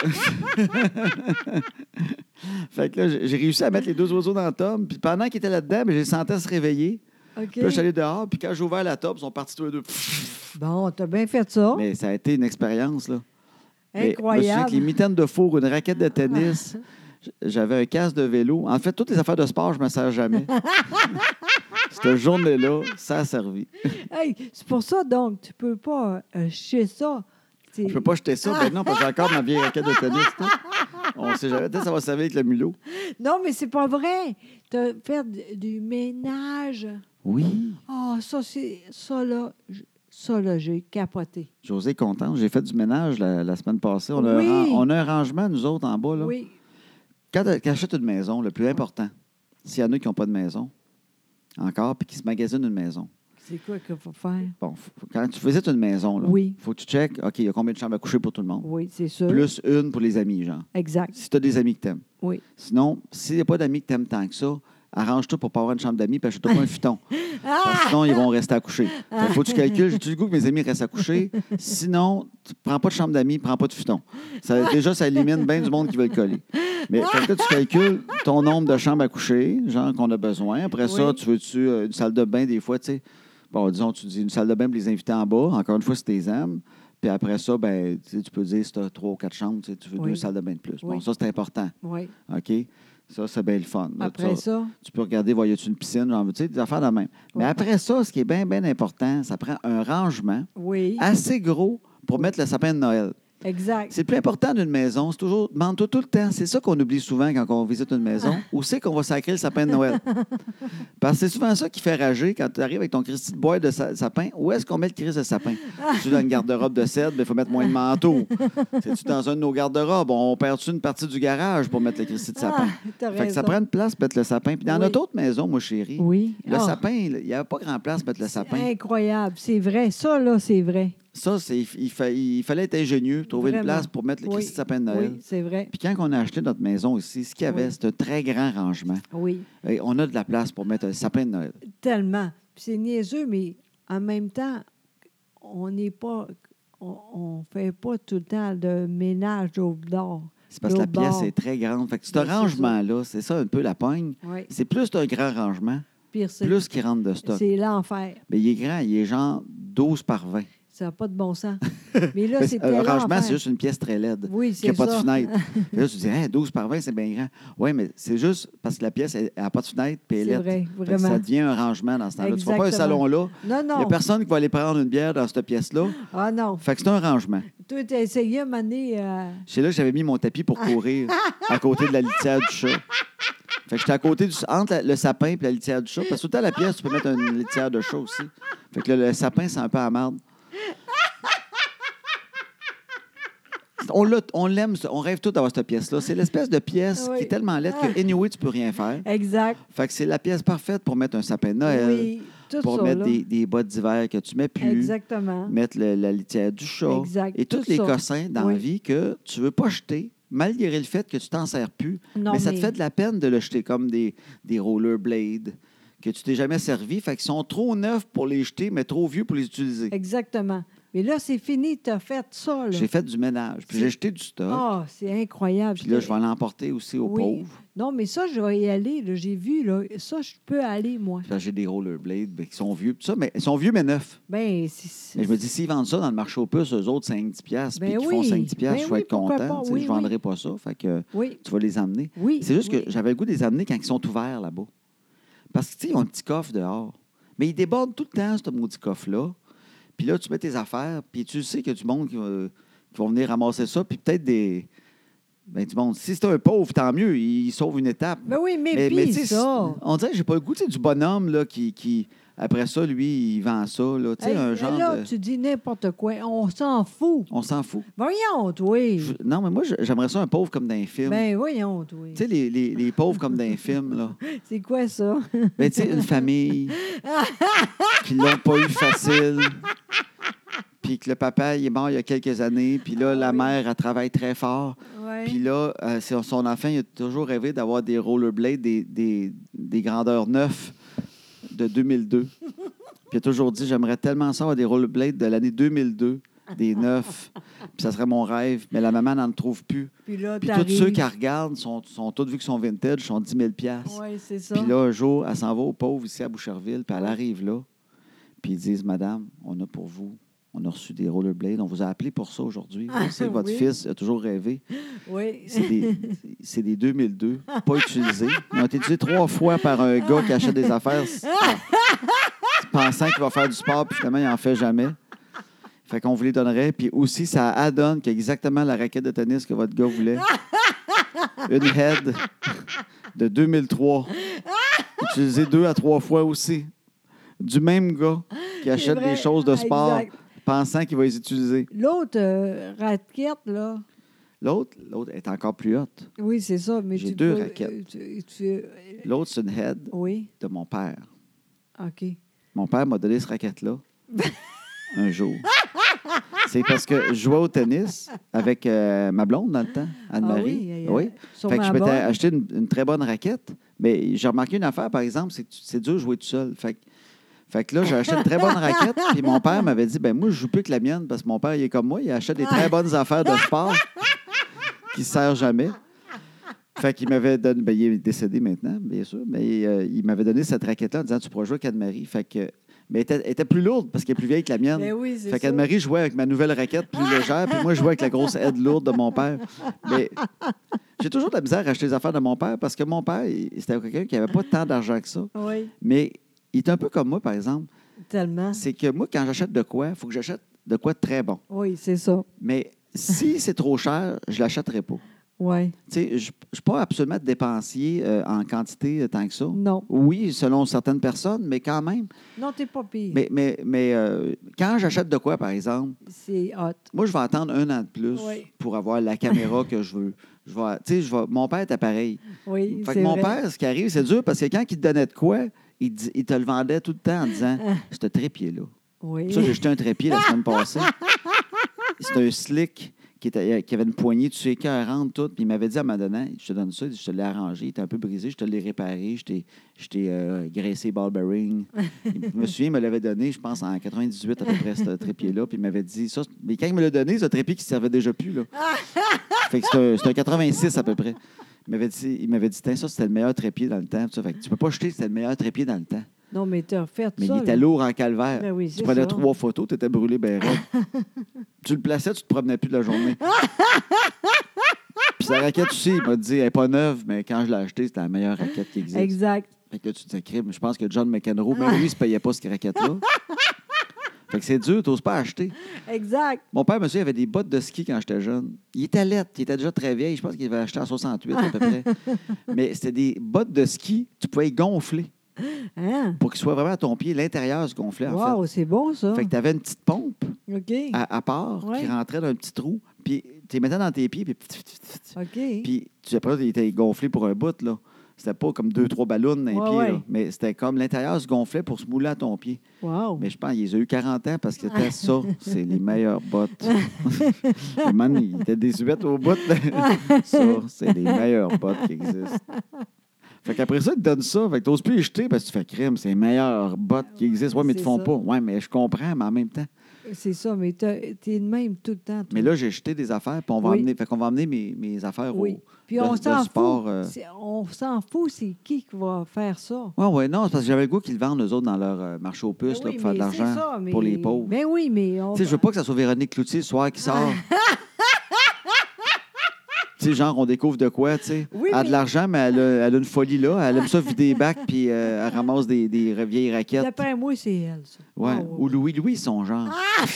S1: que là, j'ai réussi à mettre les deux oiseaux dans le tub. Puis pendant qu'ils étaient là-dedans, je les sentais se réveiller.
S2: Okay.
S1: Puis là, je suis allé dehors, puis quand j'ai ouvert la tub, ils sont partis tous les deux.
S2: Bon, t'as bien fait ça.
S1: Mais ça a été une expérience, là.
S2: Incroyable.
S1: Mais, je me souviens avec les mitaines de four, une raquette de tennis, j'avais un casque de vélo. En fait, toutes les affaires de sport, je ne me sers jamais. Cette journée-là, ça a servi.
S2: Hey, c'est pour ça, donc, tu peux pas jeter ça.
S1: Je ne peux pas jeter ça. Ben non, parce que j'ai encore ma vieille raquette de tennis. On ne sait jamais. Peut-être que ça va servir avec le mulot.
S2: Non, mais c'est pas vrai. Tu as fait du ménage.
S1: Oui.
S2: Ah, ça, là, j'ai capoté.
S1: Josée est contente. J'ai fait du ménage la semaine passée. On a un rangement, nous autres, en bas. Là.
S2: Oui.
S1: Quand tu achètes une maison, le plus important, s'il y en a qui n'ont pas de maison, encore, puis qui se magasinent une maison.
S2: C'est quoi qu'il faut faire?
S1: Bon, quand tu visites une maison, il faut que tu checkes, OK, il y a combien de chambres à coucher pour tout le monde?
S2: Oui, c'est sûr.
S1: Plus une pour les amis, genre.
S2: Exact.
S1: Si tu as des amis que tu aimes.
S2: Oui.
S1: Sinon, s'il n'y a pas d'amis que tu aimes tant que ça, arrange-toi pour ne pas avoir une chambre d'amis, puis achète-toi pas un futon. Parce que sinon, ils vont rester à coucher. Il faut que tu calcules, j'ai-tu le goût que mes amis restent à coucher? Sinon, tu prends pas de chambre d'amis, prends pas de futon. Déjà, ça élimine bien du monde qui veut le coller. Mais fait que là, tu calcules ton nombre de chambres à coucher, genre qu'on a besoin. Après ça, tu veux-tu une salle de bain des fois, tu sais. Bon, disons, tu dis une salle de bain pour les invités en bas. Encore une fois, si tu les aimes. Puis après ça, ben, tu peux dire si tu as 3 ou 4 chambres, tu veux 2 salles de bain de plus. Bon, ça, c'est important.
S2: Oui.
S1: OK? Ça, c'est bien le fun.
S2: Après ça?
S1: Tu peux regarder, y a-tu une piscine, genre, tu sais, des affaires de même. Mais après ça, ce qui est bien, bien important, ça prend un rangement assez gros pour mettre le sapin de Noël.
S2: Exact.
S1: C'est plus important d'une maison. C'est toujours, demande-toi tout le temps. C'est ça qu'on oublie souvent quand on visite une maison. Où c'est qu'on va sacrer le sapin de Noël? Parce que c'est souvent ça qui fait rager quand tu arrives avec ton Christy de bois de sapin. Où est-ce qu'on met le Christ de sapin? C'est-tu dans une garde-robe de cèdre? Il faut mettre moins de manteaux. C'est-tu dans un de nos garde-robes? On perd-tu une partie du garage pour mettre le Christy de sapin?
S2: T'as
S1: Fait que ça
S2: raison.
S1: prend une place pour mettre le sapin. Puis dans
S2: Oui.
S1: notre autre maison, moi, chérie,
S2: Oui.
S1: le
S2: Ah,
S1: sapin, il n'y avait pas grand place pour mettre le sapin.
S2: incroyable. C'est vrai. Ça, là, c'est vrai.
S1: Ça, il fallait être ingénieux, trouver une
S2: Vraiment.
S1: place pour mettre le
S2: Oui.
S1: Christy de sapin de Noël.
S2: Oui, c'est vrai.
S1: Puis quand on a acheté notre maison ici, ce qu'il y avait,
S2: Oui.
S1: c'était un très grand rangement.
S2: Oui.
S1: Et on a de la place pour mettre un sapin de Noël.
S2: Tellement. Puis c'est niaiseux, mais en même temps, on n'est pas... On fait pas tout le temps de ménage au dehors.
S1: C'est parce que la
S2: L'autre bord.
S1: pièce est très grande. Fait que ce
S2: Ben, c'est
S1: rangement-là, c'est ça un peu la pogne.
S2: Oui.
S1: C'est plus d'un grand rangement,
S2: Pire, c'est...
S1: plus qu'il rentre de stock.
S2: C'est l'enfer.
S1: Mais il est grand, il est genre 12 par 20.
S2: Ça n'a pas de bon sens. Mais là,
S1: Mais
S2: c'était
S1: un rangement,
S2: l'enfer.
S1: c'est juste une pièce très laide.
S2: Oui,
S1: Qui
S2: c'est
S1: n'a pas de
S2: ça.
S1: fenêtre. Et là, tu dis, hey, 12 par 20, c'est bien grand. Oui, mais c'est juste parce que la pièce n'a pas de fenêtre puis elle est
S2: C'est
S1: laide.
S2: vrai,
S1: Fait que
S2: vraiment.
S1: ça devient un rangement dans ce temps-là. Tu ne fais pas un
S2: Exactement.
S1: salon là.
S2: Non,
S1: Il n'y a
S2: non.
S1: personne qui va aller prendre une bière dans cette pièce-là.
S2: Ah non.
S1: Fait que c'est un rangement.
S2: Toi, tu as essayé à m'amener...
S1: C'est là que j'avais mis mon tapis pour courir à côté de la litière du chat. Fait que j'étais à côté entre le sapin et la litière du chat. Parce que tout le temps, la pièce, tu peux mettre une litière de chat aussi. Fait que le sapin, c'est un peu à marde. On l'aime, on rêve tous d'avoir cette pièce-là. C'est l'espèce de pièce
S2: Oui.
S1: qui est tellement laide que, anyway, tu peux rien faire.
S2: Exact.
S1: Fait que c'est la pièce parfaite pour mettre un sapin de Noël,
S2: Oui, tout
S1: pour
S2: ça,
S1: mettre
S2: là.
S1: des bottes d'hiver que tu mets plus,
S2: Exactement.
S1: mettre la litière du chat
S2: Exact,
S1: et tous
S2: tout
S1: les
S2: ça.
S1: cossins dans
S2: Oui.
S1: la vie que tu veux pas jeter, malgré le fait que tu t'en sers plus.
S2: Non,
S1: mais ça te fait de la peine de le jeter, comme des rollerblades que tu t'es jamais servi. Fait qu'ils sont trop neufs pour les jeter, mais trop vieux pour les utiliser.
S2: Exactement. Mais là, c'est fini. Tu as fait ça, là.
S1: J'ai fait du ménage, puis j'ai jeté du stock.
S2: Ah, c'est incroyable.
S1: Puis là, je vais l'emporter aussi aux
S2: Oui.
S1: pauvres.
S2: Non, mais ça, je vais y aller. Là. J'ai vu, là. Ça, je peux aller, moi.
S1: Parce que j'ai des rollerblades qui sont vieux. Tout ça, mais ils sont vieux, mais neufs.
S2: Ben,
S1: Mais je me dis, s'ils vendent ça dans le marché aux puces, eux autres, 5-10$, puis
S2: Ben
S1: qu'ils font
S2: oui.
S1: 5-10$,
S2: Ben
S1: je vais
S2: oui,
S1: être
S2: pourquoi
S1: content.
S2: pas?
S1: Tu sais,
S2: Oui,
S1: je ne vendrai
S2: oui.
S1: pas ça. Fait que
S2: Oui.
S1: tu vas les amener.
S2: Oui.
S1: C'est juste
S2: oui.
S1: que j'avais le goût de les amener quand ils sont ouverts là-bas. Parce que, tu sais, ils ont un petit coffre dehors. Mais ils débordent tout le temps, ce maudit coffre-là. Puis là, tu mets tes affaires, puis tu sais qu'il y a du monde qui va venir ramasser ça, puis peut-être des... Ben, du monde. Si c'est un pauvre, tant mieux, il sauve une étape.
S2: Ben oui, mais
S1: Mais
S2: puis
S1: tu sais,
S2: ça.
S1: on dirait que j'ai pas le goût, tu sais, du bonhomme là, qui, après ça, lui, il vend ça. Là, tu sais,
S2: Hey,
S1: un genre
S2: là,
S1: de...
S2: tu dis n'importe quoi. On s'en fout.
S1: On s'en fout.
S2: Voyons, toi.
S1: Non, mais moi, j'aimerais ça un pauvre comme dans un film.
S2: Ben, voyons, toi.
S1: Tu sais, les pauvres comme dans un film, là.
S2: C'est quoi ça?
S1: Ben, tu sais, une famille qui l'ont pas eu facile, puis que le papa, il est mort il y a quelques années, puis là, la
S2: oui.
S1: mère, elle travaille très fort.
S2: Ouais.
S1: Puis là, son enfant, il a toujours rêvé d'avoir des rollerblades, des grandeurs 9 de 2002. Puis il a toujours dit, j'aimerais tellement ça avoir des rollerblades de l'année 2002, des 9. Puis ça serait mon rêve. Mais la maman n'en trouve plus.
S2: Puis là,
S1: Puis tous ceux qui la regardent sont tous, vu qu'ils sont vintage, sont 10 000
S2: Oui, c'est ça.
S1: Puis là, un jour, elle s'en va au pauvre ici à Boucherville, puis elle arrive là. Puis ils disent, Madame, on a pour vous, on a reçu des rollerblades. On vous a appelé pour ça aujourd'hui. On sait que votre
S2: Oui.
S1: fils a toujours rêvé.
S2: Oui.
S1: C'est des 2002, pas utilisés. Ils ont été utilisés 3 fois par un gars qui achète des affaires pensant qu'il va faire du sport, puis finalement, il n'en fait jamais. Fait qu'on vous les donnerait. Puis aussi, ça adonne qu'il y a exactement la raquette de tennis que votre gars voulait. Une head de 2003. Utilisée 2 à 3 fois aussi. Du même gars qui achète
S2: vrai.
S1: des choses de sport
S2: Exact.
S1: pensant qu'il va les utiliser.
S2: L'autre raquette, là.
S1: L'autre est encore plus haute.
S2: Oui, c'est ça. Mais
S1: J'ai
S2: tu
S1: 2
S2: peux-
S1: raquettes.
S2: tu-
S1: L'autre, c'est une head
S2: Oui,
S1: de mon père.
S2: OK.
S1: Mon père m'a donné cette raquette-là un jour. C'est parce que je jouais au tennis avec ma blonde dans le temps, Anne-Marie.
S2: oui. Sur
S1: Fait que
S2: ma
S1: je m'étais
S2: bonne.
S1: acheté une très bonne raquette. Mais j'ai remarqué une affaire, par exemple, c'est que c'est dur de jouer tout seul. Fait que là, j'ai acheté une très bonne raquette. Puis mon père m'avait dit, ben moi, je joue plus que la mienne parce que mon père, il est comme moi. Il achète des très bonnes affaires de sport qui ne servent jamais. Fait qu'il m'avait donné... Ben, il est décédé maintenant, bien sûr. Mais il m'avait donné cette raquette-là en disant, tu pourras jouer avec Anne-Marie. Fait que... Mais elle était plus lourde parce qu'elle est plus vieille que la mienne.
S2: Ben oui, c'est
S1: Fait
S2: ça.
S1: qu'Anne-Marie jouait avec ma nouvelle raquette plus légère, puis moi, je jouais avec la grosse aide lourde de mon père. Mais j'ai toujours de la misère à acheter les affaires de mon père parce que mon père, c'était quelqu'un qui n'avait pas tant d'argent que ça.
S2: Oui,
S1: Mais il est un peu comme moi, par exemple.
S2: tellement.
S1: C'est que moi, quand j'achète de quoi, il faut que j'achète de quoi de très bon.
S2: Oui, c'est ça.
S1: Mais si c'est trop cher, je ne l'achèterai pas.
S2: Oui.
S1: Tu sais, je ne suis pas absolument dépensier en quantité tant que ça.
S2: Non.
S1: Oui, selon certaines personnes, mais quand même.
S2: Non, t'es pas pire.
S1: Mais quand j'achète de quoi, par exemple,
S2: C'est hot.
S1: moi, je vais attendre 1 an de plus
S2: Oui.
S1: pour avoir la caméra que je veux. Mon père était pareil.
S2: Oui,
S1: Fait
S2: c'est
S1: que mon
S2: vrai.
S1: père, ce qui arrive, c'est dur parce que quand il te donnait de quoi, il te le vendait tout le temps en disant ce trépied-là.
S2: Oui.
S1: Ça, j'ai jeté un trépied la semaine passée. C'était un slick qui avait une poignée de écœurante, tout. Puis il m'avait dit à un moment donné, je te donne ça, je te l'ai arrangé, il était un peu brisé, je te l'ai réparé, je t'ai graissé ball bearing. Je me souviens, il me l'avait donné, je pense, en 98 à peu près, ce trépied-là. Puis il m'avait dit ça. Mais quand il me l'a donné, ce trépied qui ne servait déjà plus, là. Fait que c'est un 86 à peu près. Il m'avait dit, tiens, ça, c'était le meilleur trépied dans le temps. Fait que tu peux pas jeter, c'était le meilleur trépied dans le temps.
S2: Non, mais t'as fait
S1: Mais
S2: ça.
S1: il était
S2: là.
S1: lourd en calvaire.
S2: Ben oui,
S1: tu
S2: c'est
S1: prenais
S2: ça.
S1: 3 photos, tu étais brûlé ben raide. Tu le plaçais, tu te promenais plus de la journée. Puis sa raquette aussi, il m'a dit, elle n'est pas neuve, mais quand je l'ai achetée, c'était la meilleure raquette qui existe.
S2: Exact.
S1: Fait que là, tu te disais, crime, je pense que John McEnroe, même lui, il se payait pas cette raquette-là. Fait que c'est dur, tu n'oses pas acheter.
S2: Exact.
S1: Mon père, monsieur, avait des bottes de ski quand j'étais jeune. Il était laid, il était déjà très vieil. Je pense qu'il avait acheté en 68 à peu près. Mais c'était des bottes de ski, tu pouvais gonfler
S2: Hein?
S1: pour qu'il soit vraiment à ton pied. L'intérieur se gonflait, en
S2: Wow, c'est bon, ça.
S1: fait. Fait que tu avais une petite pompe
S2: OK.
S1: à part
S2: Ouais.
S1: qui rentrait dans un petit trou. Puis tu les mettais dans tes pieds, puis
S2: OK.
S1: puis après, il était gonflé pour un bout, là. C'était pas comme 2-3 ballons dans les
S2: Ouais,
S1: pieds,
S2: ouais.
S1: là. Mais c'était comme l'intérieur se gonflait pour se mouler à ton pied.
S2: Wow.
S1: Mais je pense qu'il a eu 40 ans parce que c'était ça, c'est les meilleures bottes. Le man, il était désuète au bout. Là. Ça, c'est les meilleures bottes qui existent. Fait qu'après ça, ils te donnent ça. Fait que t'oses plus les jeter parce que tu fais crème. C'est les meilleures bottes qui existent. Ouais, mais ils te
S2: C'est
S1: font
S2: ça.
S1: pas. Ouais, mais je comprends, mais en même temps.
S2: C'est ça, mais t'es de même tout le temps. toi.
S1: Mais là, j'ai jeté des affaires, puis on va
S2: Oui.
S1: emmener. Fait qu'on va emmener mes affaires
S2: Oui. Puis
S1: de
S2: on s'en
S1: sport.
S2: fout. On s'en fout, c'est qui va faire ça?
S1: Oui, non, c'est parce que j'avais le goût qu'ils le vendent, eux autres, dans leur marché aux puces,
S2: Ben
S1: là,
S2: oui,
S1: pour faire de
S2: mais c'est
S1: l'argent
S2: ça, mais-
S1: pour les pauvres.
S2: Ben oui, mais on...
S1: Tu sais, je veux pas que ça soit Véronique Cloutier le soir qui sort. Tu sais, genre, on découvre de quoi, tu sais.
S2: Oui,
S1: Elle a
S2: mais-
S1: de l'argent, mais elle a une folie là. Elle aime ça vider des bacs, puis elle ramasse des vieilles raquettes.
S2: D'après moi, c'est elle, ça.
S1: Ouais.
S2: Ah,
S1: Ou Louis. Louis, son genre.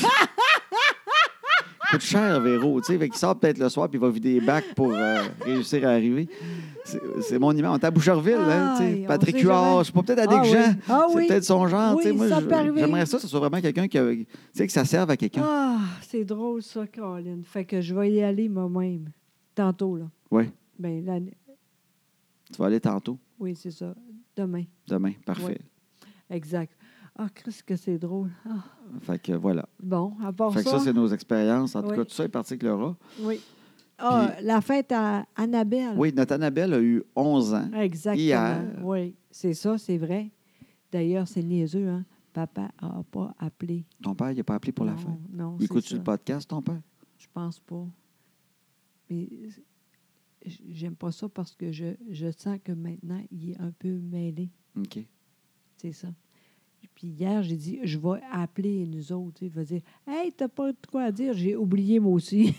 S1: Coûte cher, Véro, tu sais. Fait qu'il sort peut-être le soir, puis il va vider des bacs pour réussir à arriver. C'est mon image. On est à Boucherville, hein, tu sais.
S2: Aïe, on
S1: Patrick
S2: sait
S1: Huard,
S2: jamais.
S1: c'est pas peut-être avec
S2: Ah oui.
S1: Jean.
S2: Ah
S1: C'est
S2: oui.
S1: peut-être son genre,
S2: Oui,
S1: tu sais. Moi,
S2: ça peut arriver.
S1: j'aimerais ça que ce soit vraiment quelqu'un tu sais, que ça serve à quelqu'un.
S2: Ah, c'est drôle, ça, Caroline. Fait que je vais y aller moi-même. Tantôt, là.
S1: Oui.
S2: Ben, là,
S1: Tu vas aller tantôt,
S2: oui, c'est ça. Demain.
S1: demain. Parfait.
S2: Exact. Ah, Christ, que c'est drôle. Ah.
S1: Fait que voilà.
S2: Bon, à part
S1: Fait que ça, c'est nos expériences. En tout
S2: Oui.
S1: cas, tout ça est parti avec Laura.
S2: Oui. Ah, la fête à Annabelle.
S1: Oui, notre Annabelle a eu 11 ans.
S2: Exactement.
S1: Hier.
S2: Oui, c'est ça, c'est vrai. D'ailleurs, c'est niaiseux, hein? Papa n'a pas appelé.
S1: Ton père, il n'a pas appelé pour la
S2: Non,
S1: fête.
S2: Non,
S1: Il écoute-tu
S2: c'est
S1: le
S2: ça.
S1: podcast, ton père?
S2: Je pense pas. Mais j'aime pas ça parce que je sens que maintenant, il est un peu mêlé.
S1: OK.
S2: C'est ça. Puis hier, j'ai dit, je vais appeler nous autres. Il va dire, hey, t'as pas de quoi à dire. J'ai oublié moi aussi.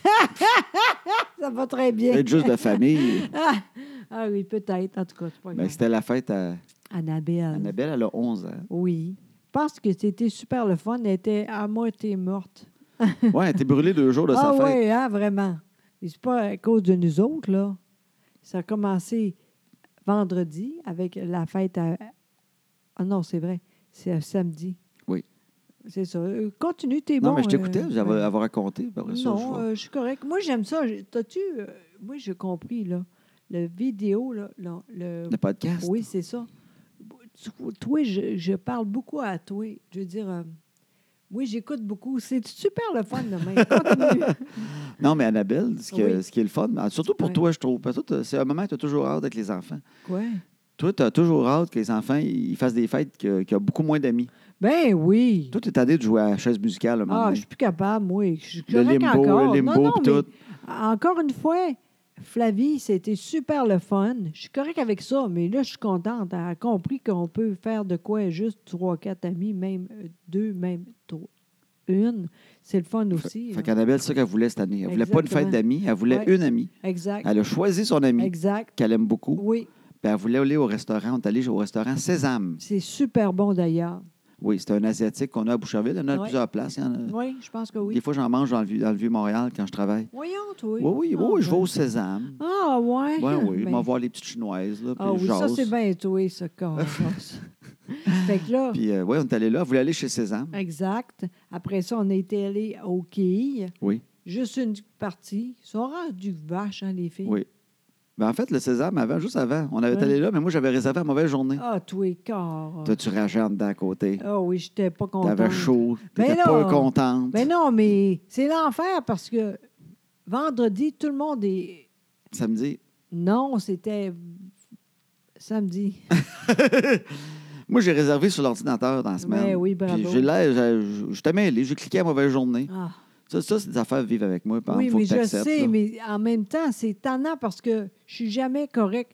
S2: Ça va très bien.
S1: Peut-être juste de famille.
S2: Ah oui, peut-être. En tout cas, c'est pas
S1: Ben,
S2: grave.
S1: c'était la fête à
S2: Annabelle.
S1: Annabelle, elle a 11 ans.
S2: Oui. Parce que c'était super le fun. Elle était à moitié morte.
S1: Ouais, elle était brûlée 2 jours de sa fête.
S2: Oui, hein, vraiment. Et c'est pas à cause de nous autres, là. Ça a commencé vendredi avec la fête à... Ah non, c'est vrai. C'est samedi.
S1: Oui.
S2: C'est ça. Continue, t'es
S1: Non,
S2: bon.
S1: mais je t'écoutais, vous avez
S2: ouais.
S1: avoir raconté. puis après ça,
S2: Non, je suis correct. Moi, j'aime ça. T'as-tu... moi, j'ai compris, là. Le vidéo, là,
S1: le podcast.
S2: Oui, c'est ça. Toi, je parle beaucoup à toi. Je veux dire... oui, j'écoute beaucoup. C'est super le fun de même. Continue.
S1: Non, mais Annabelle, ce qui est le fun, surtout pour
S2: Oui.
S1: toi, je trouve. Parce que toi, c'est un moment que tu as toujours hâte avec les enfants.
S2: Quoi?
S1: Toi, tu as toujours hâte que les enfants ils fassent des fêtes qu'il y a beaucoup moins d'amis.
S2: Ben oui.
S1: Toi, tu es allé de jouer à la chaise musicale un moment
S2: Ah,
S1: donné.
S2: je suis plus capable, moi. Je suis
S1: Le
S2: correct
S1: limbo,
S2: encore.
S1: le limbo,
S2: non,
S1: puis
S2: mais
S1: tout.
S2: encore une fois, Flavie, c'était super le fun. Je suis correct avec ça, mais là, je suis contente. Elle a compris qu'on peut faire de quoi juste 3, 4 amis, même 2, même 3. Une. C'est le fun aussi.
S1: Fait
S2: là.
S1: qu'Annabelle, c'est ça qu'elle voulait cette année. Elle voulait pas une
S2: Exactement.
S1: fête d'amis, elle voulait
S2: Ouais.
S1: une amie.
S2: Exact.
S1: Elle a choisi son amie,
S2: Exact.
S1: qu'elle aime beaucoup.
S2: Oui.
S1: Puis elle voulait aller au restaurant. On est allé au restaurant Sésame.
S2: C'est super bon d'ailleurs.
S1: Oui, c'est un Asiatique qu'on a à Boucherville. Il y en a
S2: Oui.
S1: plusieurs places. Il y en a...
S2: Oui, je pense que
S1: Des
S2: oui.
S1: fois, j'en mange dans le Vieux-Montréal quand je travaille.
S2: Voyons, toi.
S1: Oui,
S2: Ah,
S1: je vais
S2: ben.
S1: au Sésame.
S2: Ah, ouais.
S1: Oui, oui. Je
S2: Ben,
S1: vais voir les petites chinoises, là, puis
S2: ah oui, ça,
S1: j'ose.
S2: c'est bien toi, ce carrosse. Fait que là,
S1: Puis, oui, on est allé là. Vous voulez aller chez Sésame?
S2: exact. Après ça, on a été allé au quilles.
S1: Oui,
S2: Juste une partie. Ils sont rendus vaches, hein, les filles.
S1: oui. Ben, en fait, le Sésame, juste avant, on avait
S2: Ouais.
S1: allé là, mais moi, j'avais réservé à mauvaise journée.
S2: Ah, toi, carrosse.
S1: T'as-tu ragé en dedans à côté?
S2: Ah oui, j'étais pas contente.
S1: T'avais chaud. T'étais
S2: Ben
S1: pas
S2: là,
S1: contente.
S2: Ben non, mais c'est l'enfer parce que vendredi, tout le monde est...
S1: Samedi.
S2: Non, c'était samedi.
S1: Moi, j'ai réservé sur l'ordinateur dans la semaine.
S2: Ben oui, bravo.
S1: Puis j'étais mêlé. J'ai cliqué à mauvaise journée.
S2: Ah.
S1: Ça, c'est des affaires à vivre avec moi. Puis,
S2: Oui,
S1: faut
S2: mais
S1: que
S2: je
S1: t'acceptes,
S2: sais,
S1: là.
S2: mais en même temps, c'est tannant parce que je suis jamais correct.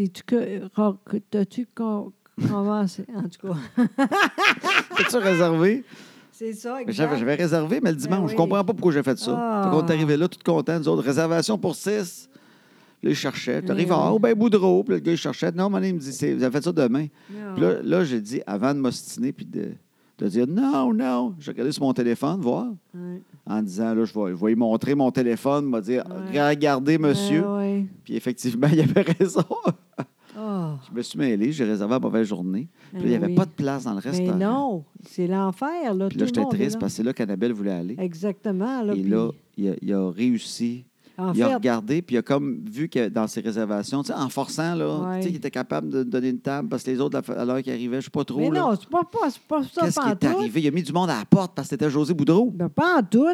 S2: T'as-tu commencé? En tout cas,
S1: T'as-tu réservé?
S2: c'est ça,
S1: Mais
S2: exact.
S1: J'avais réservé, mais le dimanche,
S2: oui.
S1: je comprends pas pourquoi j'ai fait ça.
S2: Ah.
S1: Fait qu'on est arrivé là, tout content, nous autres. Réservation pour 6. Là, il cherchait. Tu arrives
S2: oui.
S1: à ben Boudreau. Puis le gars, il cherchait. Non, il me dit, vous avez fait ça demain.
S2: Non.
S1: Puis là, j'ai dit, avant de m'ostiner puis de dire non, j'ai regardé sur mon téléphone, voir,
S2: Ouais.
S1: en disant, là, je vais lui montrer mon téléphone, m'a dire,
S2: Ouais.
S1: regardez, monsieur.
S2: Ouais.
S1: Puis effectivement, il avait raison.
S2: Ah.
S1: Je me suis mêlé, j'ai réservé à mauvaise journée. Puis là, il n'y avait
S2: oui.
S1: pas de place dans le
S2: Mais
S1: restaurant.
S2: non, c'est l'enfer, là.
S1: Puis
S2: Tout
S1: là,
S2: le
S1: j'étais
S2: monde est
S1: triste
S2: là.
S1: parce que c'est là qu'Annabelle voulait aller.
S2: Exactement, là.
S1: Et
S2: puis-
S1: là, il a réussi.
S2: en
S1: Il a
S2: fait,
S1: regardé, puis il a comme vu que dans ses réservations, tu sais, en forçant, là,
S2: Ouais.
S1: tu sais, il était capable de donner une table parce que les autres, à l'heure qui arrivait, je ne sais pas trop.
S2: mais
S1: là.
S2: non, c'est pas ça,
S1: Qu'est-ce qui est
S2: pantoute.
S1: arrivé? Il a mis du monde à la porte parce que c'était José Boudreau.
S2: Ben, pas en tout.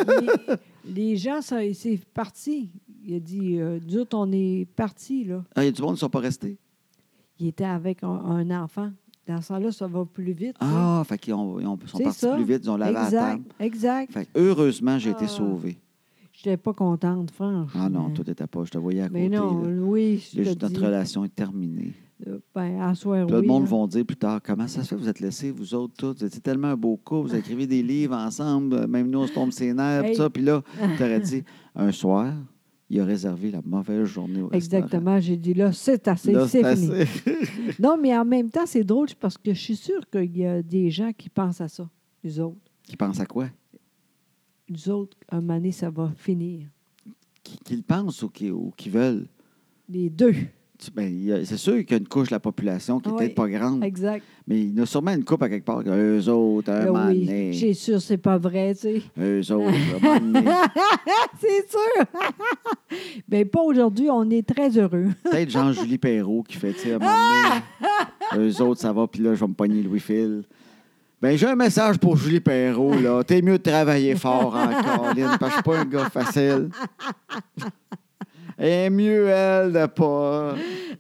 S2: Les gens, c'est parti. Il a dit, nous autres, on est partis, là.
S1: Ah, il y a du monde qui ne sont pas restés.
S2: Il était avec un enfant. Dans ce temps-là, ça va plus vite.
S1: Ah, fait qu'ils sont
S2: C'est
S1: partis
S2: ça.
S1: plus vite, ils ont lavé à la table.
S2: Exact.
S1: Fait que heureusement, j'ai été
S2: Ah.
S1: sauvé.
S2: Je n'étais pas contente, franchement.
S1: Ah non, toi, t'étais pas. Je te voyais à côté.
S2: Mais non,
S1: là.
S2: oui, je
S1: Là,
S2: te
S1: juste notre
S2: dis.
S1: relation est terminée.
S2: Ben, à soir,
S1: Puis là,
S2: oui.
S1: le monde
S2: là.
S1: va dire plus tard, comment ça se fait que vous êtes laissés, vous autres, tous? Vous étiez tellement un beau couple, vous écrivez des livres ensemble, même nous, on se tombe ses nerfs,
S2: Hey.
S1: tout ça. Puis là, tu aurais dit, un soir, il a réservé la mauvaise journée au restaurant.
S2: Exactement. J'ai dit, là, c'est assez,
S1: Là,
S2: c'est fini.
S1: assez.
S2: Non, mais en même temps, c'est drôle parce que je suis sûre qu'il y a des gens qui pensent à ça, nous autres.
S1: Qui pense à quoi?
S2: Nous autres, un moment donné, ça va finir.
S1: Qui le pensent ou qui veulent?
S2: Les deux.
S1: C'est sûr qu'il y a une couche de la population qui n'est
S2: Oui.
S1: peut-être pas grande,
S2: Exact.
S1: mais il y a sûrement une coupe à quelque part. Eux autres, un
S2: Là,
S1: moment
S2: oui,
S1: donné.
S2: j'ai sûr, c'est pas vrai, tu sais.
S1: Eux autres, un moment donné.
S2: C'est sûr. Mais pas aujourd'hui, on est très heureux.
S1: Peut-être Jean-Julie Perrault qui fait, tu sais, à un moment donné, eux autres, ça va, puis là, je vais me pogner Louis-Phil. Ben j'ai un message pour Julie Perrault, là. T'es mieux de travailler fort encore, Lynn, parce que je suis pas un gars facile. Et mieux, elle, de pas...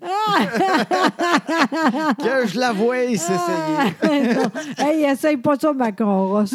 S1: que je la voie s'essayer.
S2: Non. Hey, essaye pas ça, ma carrosse.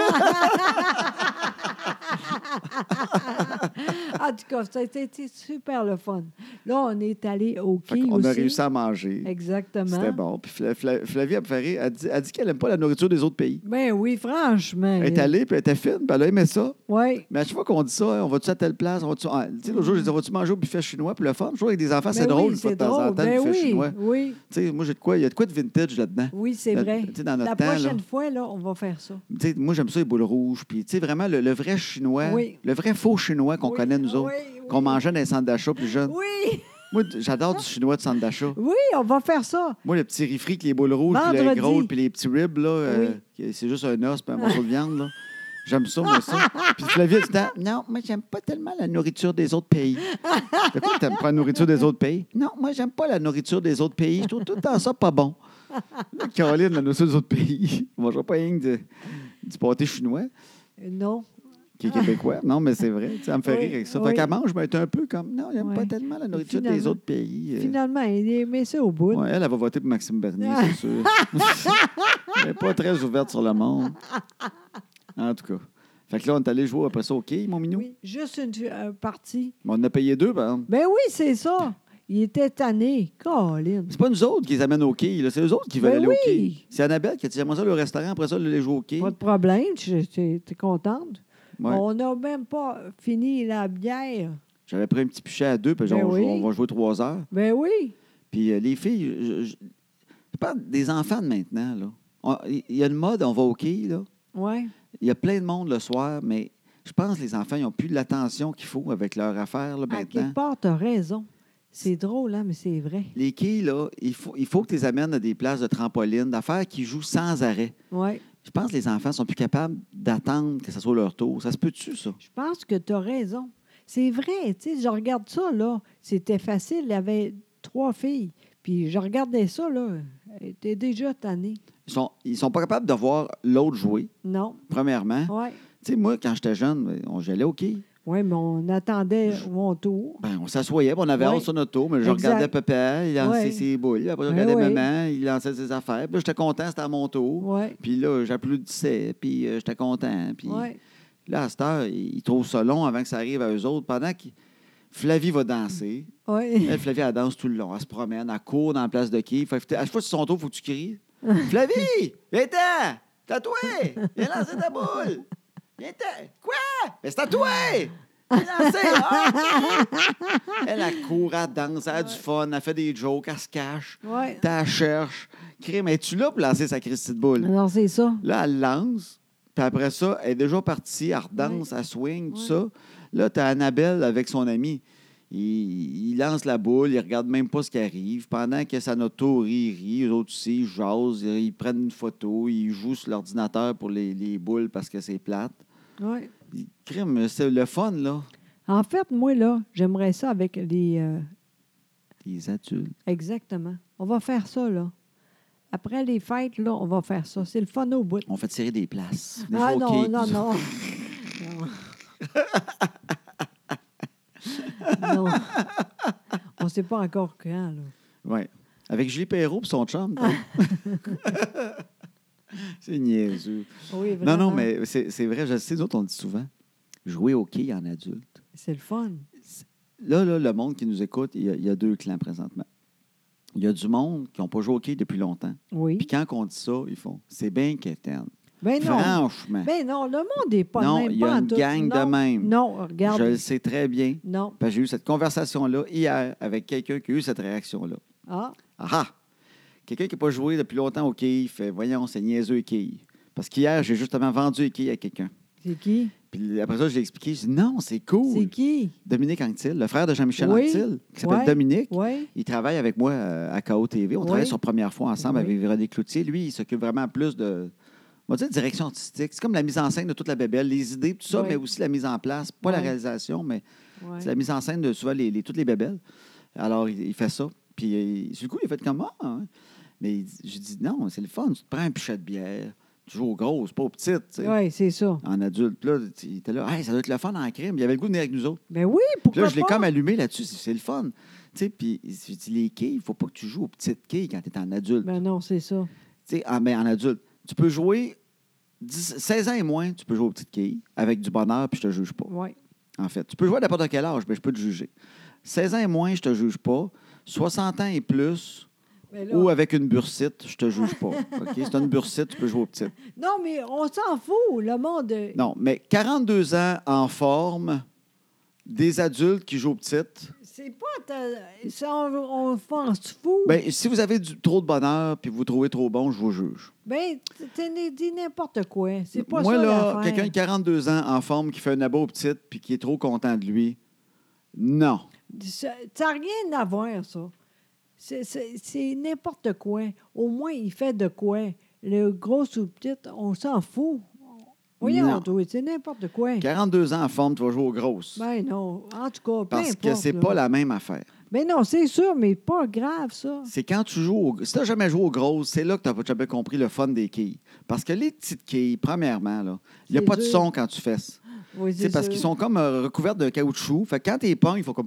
S2: En tout cas, ça a été super le fun. Là, on est allé au
S1: Fait
S2: quai
S1: qu'on
S2: aussi.
S1: a réussi à manger.
S2: Exactement.
S1: C'était bon. Puis Flavie a préféré, elle dit qu'elle n'aime pas la nourriture des autres pays.
S2: Ben oui, franchement.
S1: Elle est allée, puis elle était fine, puis elle a aimé ça.
S2: Oui.
S1: Mais à chaque fois qu'on dit ça, on va-tu à telle place? Tu sais, l'autre jour, je disais, vas-tu manger au buffet chinois? Puis le fun, je trouve avec des enfants, c'est
S2: Ben
S1: drôle,
S2: oui,
S1: une fois de
S2: c'est
S1: temps en
S2: drôle.
S1: temps, le
S2: Ben
S1: buffet
S2: oui,
S1: chinois.
S2: oui.
S1: Tu sais, moi, il y a de quoi de vintage là-dedans.
S2: Oui, c'est vrai.
S1: Tu sais, dans notre
S2: La
S1: temps, là.
S2: prochaine fois, là, on va faire ça.
S1: Tu sais, moi, j'aime ça, les boules rouges. Puis, tu sais, vraiment, le vrai chinois,
S2: Oui.
S1: le vrai faux chinois qu'on
S2: Oui,
S1: connaît, nous autres,
S2: oui,
S1: qu'on mangeait dans les centres d'achat plus jeunes.
S2: Oui,
S1: Moi, j'adore du chinois de centre d'achat.
S2: oui, on va faire ça.
S1: Moi, le petit riz frit avec les boules rouges, puis les
S2: Vendredi.
S1: gros, puis les petits ribs, là,
S2: Oui.
S1: c'est juste un os puis un morceau de viande, là. J'aime ça, moi, ça. Puis Flavie, elle dit, non, moi, j'aime pas tellement la nourriture des autres pays. De quoi t'aimes pas la nourriture des autres pays? Non, moi, j'aime pas la nourriture des autres pays. Je trouve tout le temps ça pas bon. Là, Caroline, la nourriture des autres pays. On mange pas rien que du pâté chinois,
S2: Non.
S1: qui est québécois. Non, mais c'est vrai. Ça me fait
S2: Oui,
S1: rire avec ça.
S2: oui.
S1: Fait qu'elle mange, mais elle est un peu comme, non, j'aime pas
S2: Oui.
S1: tellement la nourriture des
S2: Finalement-
S1: autres pays.
S2: Finalement, il met ça au bout.
S1: Ouais, elle va voter pour Maxime Bernier, c'est sûr. Elle n'est pas très ouverte sur le monde. En tout cas. Fait que là, on est allé jouer après ça au quai, mon minou.
S2: Oui, juste une partie.
S1: Mais on en a payé 2, par exemple.
S2: Ben oui, c'est ça. Il était tanné. Colin.
S1: C'est pas nous autres qui les amènent au quai, là. C'est eux autres qui veulent
S2: Ben
S1: aller
S2: oui.
S1: au quai. C'est Annabelle qui a dit, j'aimerais ça le restaurant, après ça, aller jouer au quai.
S2: Pas de problème. T'es contente?
S1: Ouais.
S2: On n'a même pas fini la bière.
S1: J'avais pris un petit pichet à 2, puis
S2: Ben oui.
S1: on va jouer 3 heures.
S2: Ben oui.
S1: Puis les filles, je parle des enfants de maintenant, là. Il y a une mode, on va au quai, là.
S2: Oui.
S1: Il y a plein de monde le soir, mais je pense que les enfants, ils n'ont plus l'attention qu'il faut avec leur affaire, là,
S2: À
S1: maintenant.
S2: quelque part, tu as raison. C'est drôle, hein, mais c'est vrai.
S1: Les quais, là, il faut que tu les amènes à des places de trampoline, d'affaires qui jouent sans arrêt.
S2: Oui.
S1: Je pense que les enfants sont plus capables d'attendre que ce soit leur tour. Ça se peut-tu, ça?
S2: Je pense que tu as raison. C'est vrai, tu sais, je regarde ça, là. C'était facile. Il y avait 3 filles. Puis je regardais ça, là. Elle était déjà tannée.
S1: Ils sont pas capables de voir l'autre jouer,
S2: Non.
S1: premièrement.
S2: Oui.
S1: Tu sais, moi, quand j'étais jeune, j'allais au quai.
S2: Oui, mais on attendait mon tour.
S1: Ben, on s'assoyait, puis on avait
S2: Ouais.
S1: hâte sur notre tour, mais je
S2: Exact.
S1: regardais papa, il lançait
S2: Ouais.
S1: ses boules. Après, je
S2: Ben
S1: regardais
S2: oui.
S1: maman, il lançait ses affaires. Puis là, j'étais content, c'était à mon tour.
S2: Oui.
S1: Puis là, j'applaudissais, puis j'étais content. Puis
S2: Oui.
S1: là, à cette heure, ils trouvent ça long avant que ça arrive à eux autres. Pendant que Flavie va danser.
S2: Oui.
S1: Elle, Flavie, elle danse tout le long. Elle se promène, elle court dans la place de quai. À chaque fois que c'est son tour, il faut que tu cries. Flavie, viens-t'en! C'est à toi! Viens lancer ta boule! Viens-t'en! Quoi? Mais c'est à toi! Viens lancer! Ah! Elle court, elle danse, elle a du fun, elle fait des jokes, elle se cache.
S2: Oui.
S1: Tu la cherches. Crime, es-tu là pour lancer sa Christie de boule?
S2: Alors, c'est ça.
S1: Là, elle lance. Puis après ça, elle est déjà partie, elle redanse, elle swing, tout
S2: Oui.
S1: ça. Là, tu as Annabelle avec son ami. Il lance la boule, il regarde même pas ce qui arrive. Pendant que ça notre tour, il rit, eux autres aussi, ils jasent, ils prennent une photo, ils jouent sur l'ordinateur pour les boules parce que c'est plate.
S2: Oui.
S1: Crime, c'est le fun, là.
S2: En fait, moi, là, j'aimerais ça avec les...
S1: Les adultes.
S2: Exactement. On va faire ça, là. Après les fêtes, là, on va faire ça. C'est le fun au bout.
S1: On fait tirer des places. Des
S2: Ah
S1: fois,
S2: non,
S1: OK.
S2: non, non. Non. On ne sait pas encore quand, là.
S1: Oui. Avec Julie Perrault et son chum. toi. C'est niaiseux.
S2: Oui,
S1: Non,
S2: vraiment.
S1: non, mais c'est vrai, je sais, nous autres, on dit souvent, jouer au quai en adulte.
S2: C'est le fun.
S1: Là, le monde qui nous écoute, il y a 2 clans présentement. Il y a du monde qui n'ont pas joué au quai depuis longtemps.
S2: Oui.
S1: Puis quand on dit ça, ils font « c'est bien quétaine ».
S2: Ben non.
S1: Franchement.
S2: Ben non, le monde n'est pas
S1: Non,
S2: de même.
S1: il y a
S2: pas en
S1: une
S2: tout.
S1: gang de
S2: Non.
S1: même.
S2: Non, regarde.
S1: Je le sais très bien.
S2: Non.
S1: Parce que j'ai eu cette conversation-là hier avec quelqu'un qui a eu cette réaction-là.
S2: Ah,
S1: Ah ah! Quelqu'un qui n'a pas joué depuis longtemps au quai, il fait « voyons, c'est niaiseux les quilles ». Parce qu'hier, j'ai justement vendu les quilles à quelqu'un.
S2: c'est qui?
S1: Puis après ça, je l'ai expliqué. Je dis non, c'est cool.
S2: C'est qui?
S1: Dominique Anctil, le frère de Jean-Michel
S2: Oui.
S1: Anctil, qui s'appelle
S2: Ouais.
S1: Dominique.
S2: Oui.
S1: Il travaille avec moi à KO TV. On travaille sur Première fois ensemble
S2: Oui.
S1: avec Véronique Cloutier. Lui, il s'occupe vraiment plus de, on va dire, direction artistique. C'est comme la mise en scène de toute la bébelle, les idées, tout ça,
S2: Oui.
S1: mais aussi la mise en place. Pas la
S2: Oui.
S1: réalisation, mais
S2: Ouais.
S1: c'est la mise en scène de souvent toutes les bébelles. Alors, il fait ça. Puis, du coup, il a fait comme « Ah! » Mais j'ai dit « Non, c'est le fun. Tu te prends un pichet de bière. Tu joues aux grosses, pas aux petites. tu sais.
S2: Oui, c'est ça.
S1: En adulte. Puis là, il était là, hey, ça doit être le fun en crime. Il avait le goût de venir avec nous autres.
S2: Ben oui,
S1: Puis
S2: pourquoi
S1: là, je l'ai
S2: pas?
S1: comme allumé là-dessus. C'est le fun. Tu sais, puis j'ai dit, les quilles, il ne faut pas que tu joues aux petites quilles quand tu es en adulte.
S2: Ben non, c'est ça.
S1: Tu sais, en adulte, tu peux jouer 16 ans et moins, tu peux jouer aux petites quilles avec du bonheur, puis je te juge pas.
S2: Oui.
S1: En fait, tu peux jouer à n'importe quel âge, mais je peux te juger. 16 ans et moins, je te juge pas. 60 ans et plus,
S2: Mais là-
S1: ou avec une bursite, je te juge pas. OK? Si tu as une bursite, tu peux jouer aux petites.
S2: Non, mais on s'en fout. Le monde.
S1: Non, mais 42 ans en forme, des adultes qui jouent aux petites.
S2: C'est pas. On pense fou.
S1: Bien, si vous avez trop de bonheur puis vous trouvez trop bon, je vous juge.
S2: Ben, dis n'importe quoi. C'est pas
S1: Moi,
S2: ça.
S1: là,
S2: l'affaire.
S1: quelqu'un de 42 ans en forme qui fait un abo aux petites puis qui est trop content de lui, non.
S2: Ça n'a rien à voir, ça. C'est n'importe quoi. Au moins, il fait de quoi. Le gros ou le petit, on s'en fout. Voyons,
S1: Non.
S2: toi, c'est n'importe quoi.
S1: 42 ans en forme, tu vas jouer aux grosses.
S2: Ben non. En tout cas, peu
S1: Parce que
S2: importe,
S1: c'est
S2: là.
S1: pas la même affaire.
S2: Ben non, c'est sûr, mais pas grave, ça.
S1: C'est quand tu joues si tu n'as jamais joué aux grosses, c'est là que tu n'as jamais compris le fun des quilles. Parce que les petites quilles, premièrement, là, il n'y a
S2: C'est
S1: pas de
S2: dur.
S1: son quand tu fesses.
S2: Oui,
S1: C'est parce qu'ils sont comme recouverts de caoutchouc. Fait que quand t'es pognes, ils font comme...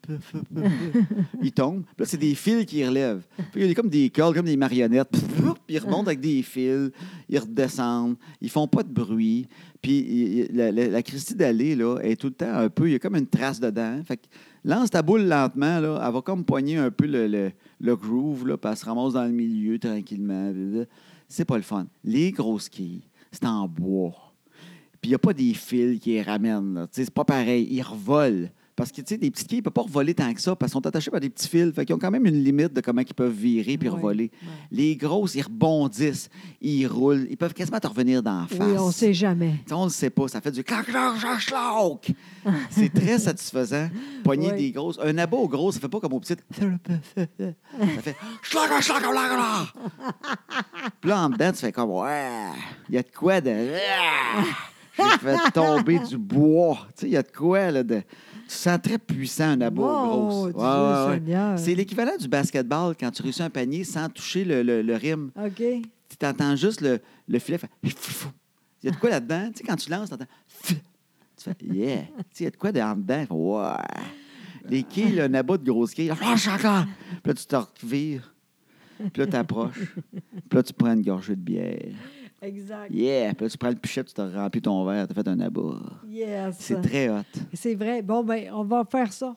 S1: Ils tombent. Puis là, c'est des fils qui relèvent. Puis il y a comme des cordes, comme des marionnettes. Puis ils remontent avec des fils. Ils redescendent. Ils font pas de bruit. Puis la Christie d'allée, là, est tout le temps un peu... Il y a comme une trace dedans. Fait que lance ta boule lentement, là. Elle va comme poigner un peu le groove, là, puis elle se ramasse dans le milieu tranquillement. C'est pas le fun. Les grosses quilles, c'est en bois. Puis il n'y a pas des fils qui les ramènent. là. Tu sais, c'est pas pareil. Ils revolent. Parce que, tu sais, des petits quilles, ils ne peuvent pas revoler tant que ça parce qu'ils sont attachés par des petits fils. Fait qu'ils ont quand même une limite de comment ils peuvent virer puis
S2: Ouais,
S1: revoler.
S2: ouais.
S1: Les grosses, ils rebondissent, ils roulent. Ils peuvent quasiment te revenir d'en face.
S2: Oui, on ne sait jamais.
S1: Tu sais, on ne le sait pas. Ça fait du clac, clac, clac, clac. C'est très satisfaisant. Pogner
S2: Oui.
S1: des grosses. Un abat au gros, ça fait pas comme aux petites. Ça fait schlac, schlac, schlac, schlac. Puis là, en dedans, tu fais comme, ouais, il y a de quoi de. J'ai fait tomber du bois. Tu sais, il y a de quoi, là, de. Tu sens très puissant un abat
S2: Mon
S1: au gros.
S2: Dieu Seigneur.
S1: C'est l'équivalent du basketball quand tu réussis un panier sans toucher le rim.
S2: OK.
S1: Tu entends juste le filet faire. Il y a de quoi là-dedans? Tu sais, quand tu lances, tu entends. Tu fais, yeah. Tu sais, il y a de quoi en dedans? Ouais. Les quilles, là, un abat de grosses quilles. Puis là, tu te revires. Puis là, tu approches. Puis là, tu prends une gorgée de bière.
S2: Exact.
S1: Yeah. Puis là, tu prends le pichet, tu t'as rempli ton verre, tu as fait un abat.
S2: Yes.
S1: C'est très hot.
S2: C'est vrai. Bon, ben, on va faire ça.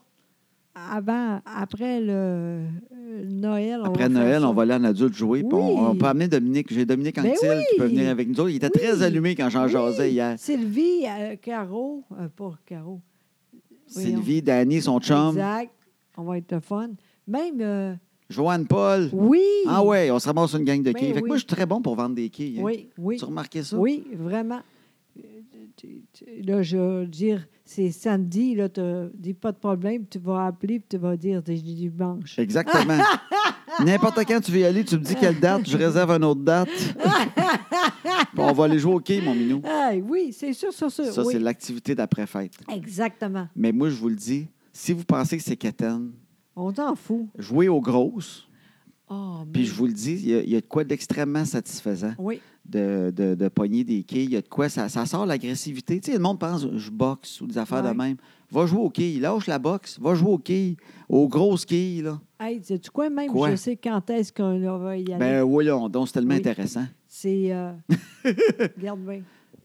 S2: Après le Noël,
S1: Après
S2: on va
S1: Noël,
S2: faire ça.
S1: on va aller en adulte jouer. Puis
S2: Oui.
S1: on peut amener Dominique. J'ai Dominique
S2: Ben
S1: Anctil qui peut
S2: oui.
S1: venir avec nous autres. Il était
S2: Oui.
S1: très allumé quand j'en jasais hier.
S2: Sylvie, Caro, pas Caro.
S1: Sylvie, Danny, son chum.
S2: Exact. On va être fun. Même,
S1: Joanne Paul.
S2: oui.
S1: Ah ouais, on se ramasse une gang de
S2: Ben
S1: quilles. Fait que
S2: oui.
S1: moi, je suis très bon pour vendre des quilles. Hein.
S2: Oui, oui.
S1: Tu as remarqué ça?
S2: Oui, vraiment. Là, je veux dire, c'est samedi, là, tu dis pas de problème, tu vas appeler et tu vas dire c'est dimanche.
S1: Exactement. N'importe quand tu veux y aller, tu me dis quelle date, je réserve une autre date. Puis on va aller jouer au quai, mon minou.
S2: Oui, c'est sûr, ça.
S1: Ça,
S2: oui.
S1: c'est l'activité d'après-fête.
S2: Exactement.
S1: Mais moi, je vous le dis, si vous pensez que c'est quétaine,
S2: On t'en fout.
S1: jouez aux grosses.
S2: Oh,
S1: Puis je vous le dis, il y a de quoi d'extrêmement satisfaisant
S2: Oui,
S1: de pogner des quilles. Il y a de quoi, ça sort l'agressivité. Tu sais, le monde pense, je boxe ou des affaires
S2: Ouais.
S1: de même. Va jouer aux quilles. Lâche la boxe. Va jouer aux quilles. Aux grosses quilles, là.
S2: hey, sais-tu quoi, même,
S1: Quoi?
S2: je sais quand est-ce qu'on va y aller.
S1: Ben oui, donc c'est tellement
S2: Oui.
S1: intéressant.
S2: C'est, regarde bien,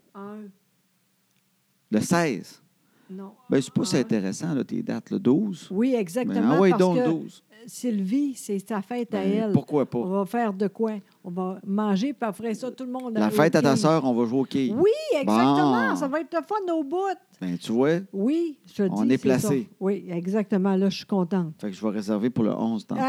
S1: Le 16.
S2: non.
S1: Ben, c'est pas si
S2: un.
S1: intéressant, là, tes dates. Le 12.
S2: Oui,
S1: Ben,
S2: exactement,
S1: ah oui,
S2: parce
S1: donc
S2: que
S1: 12.
S2: Sylvie, c'est sa fête à
S1: Ben,
S2: elle.
S1: pourquoi pas?
S2: On va faire de quoi? On va manger, puis après ça, tout le monde...
S1: La
S2: au
S1: fête à ta
S2: quai.
S1: sœur, on va jouer aux quilles.
S2: Oui, exactement.
S1: Bon.
S2: Ça va être le fun au bout.
S1: Ben, tu vois,
S2: Oui, je te dis.
S1: On est
S2: c'est
S1: placé.
S2: ça. Oui, exactement. Là, je suis contente.
S1: fait que je vais réserver pour le 11 tantôt.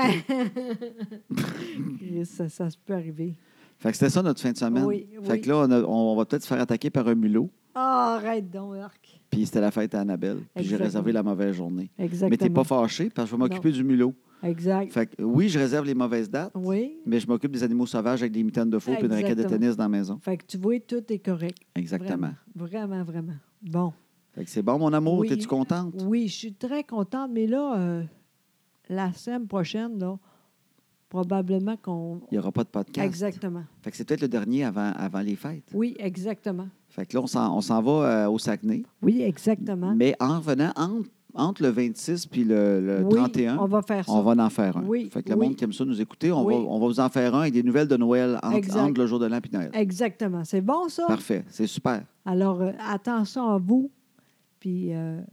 S2: Et ça se peut arriver.
S1: Fait que c'était ça notre fin de semaine.
S2: Oui,
S1: Fait
S2: oui.
S1: que là, on va peut-être se faire attaquer par un mulot.
S2: Ah, arrête donc, Arc.
S1: Puis c'était la fête à Annabelle. Puis j'ai
S2: Exactement.
S1: réservé la mauvaise journée.
S2: Exactement.
S1: Mais t'es pas fâché parce que je vais m'occuper du mulot.
S2: Exact.
S1: Fait que oui, je réserve les mauvaises dates,
S2: Oui.
S1: mais je m'occupe des animaux sauvages avec des mitaines de faux et une raquette de
S2: Exactement.
S1: tennis dans la maison.
S2: Fait que tu vois, tout est correct.
S1: Exactement.
S2: Vraiment, vraiment. Bon.
S1: Fait que c'est bon, mon amour.
S2: Oui.
S1: T'es-tu contente?
S2: Oui, je suis très contente, mais là, la semaine prochaine, là, probablement qu'on...
S1: Il n'y aura pas de podcast.
S2: Exactement.
S1: Fait que c'est peut-être le dernier avant les fêtes.
S2: Oui, exactement.
S1: Fait que là, on s'en va au Saguenay.
S2: Oui, exactement.
S1: Mais en revenant, entre le 26 puis le
S2: Oui,
S1: 31,
S2: on va faire ça.
S1: on va en faire un.
S2: Oui,
S1: Fait que le
S2: oui.
S1: monde qui aime ça nous écouter, on,
S2: Oui.
S1: on va vous en faire un avec des nouvelles de Noël
S2: Exact.
S1: entre le jour de l'an et Noël.
S2: Exactement. C'est bon, ça?
S1: Parfait. C'est super.
S2: Alors, attention à vous, puis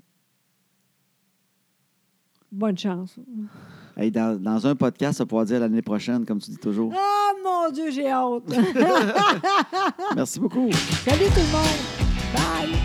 S2: bonne chance.
S1: Hey, dans un podcast, ça pourra dire l'année prochaine, comme tu dis toujours.
S2: Ah, mon Dieu, j'ai hâte!
S1: Merci beaucoup.
S2: Salut tout le monde! Bye!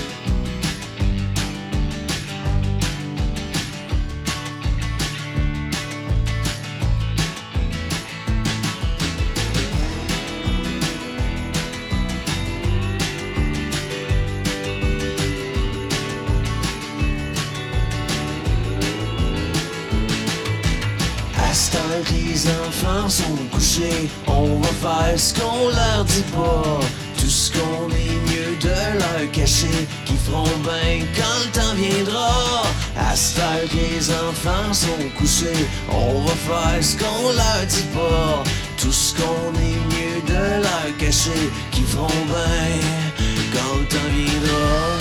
S3: À cette heure que les enfants sont couchés, on va faire ce qu'on leur dit pas. Tout ce qu'on est mieux de leur cacher, qui feront bien quand le temps viendra. À cette heure que les enfants sont couchés, on va faire ce qu'on leur dit pas. Tout ce qu'on est mieux de leur cacher, qui feront bien quand le temps viendra.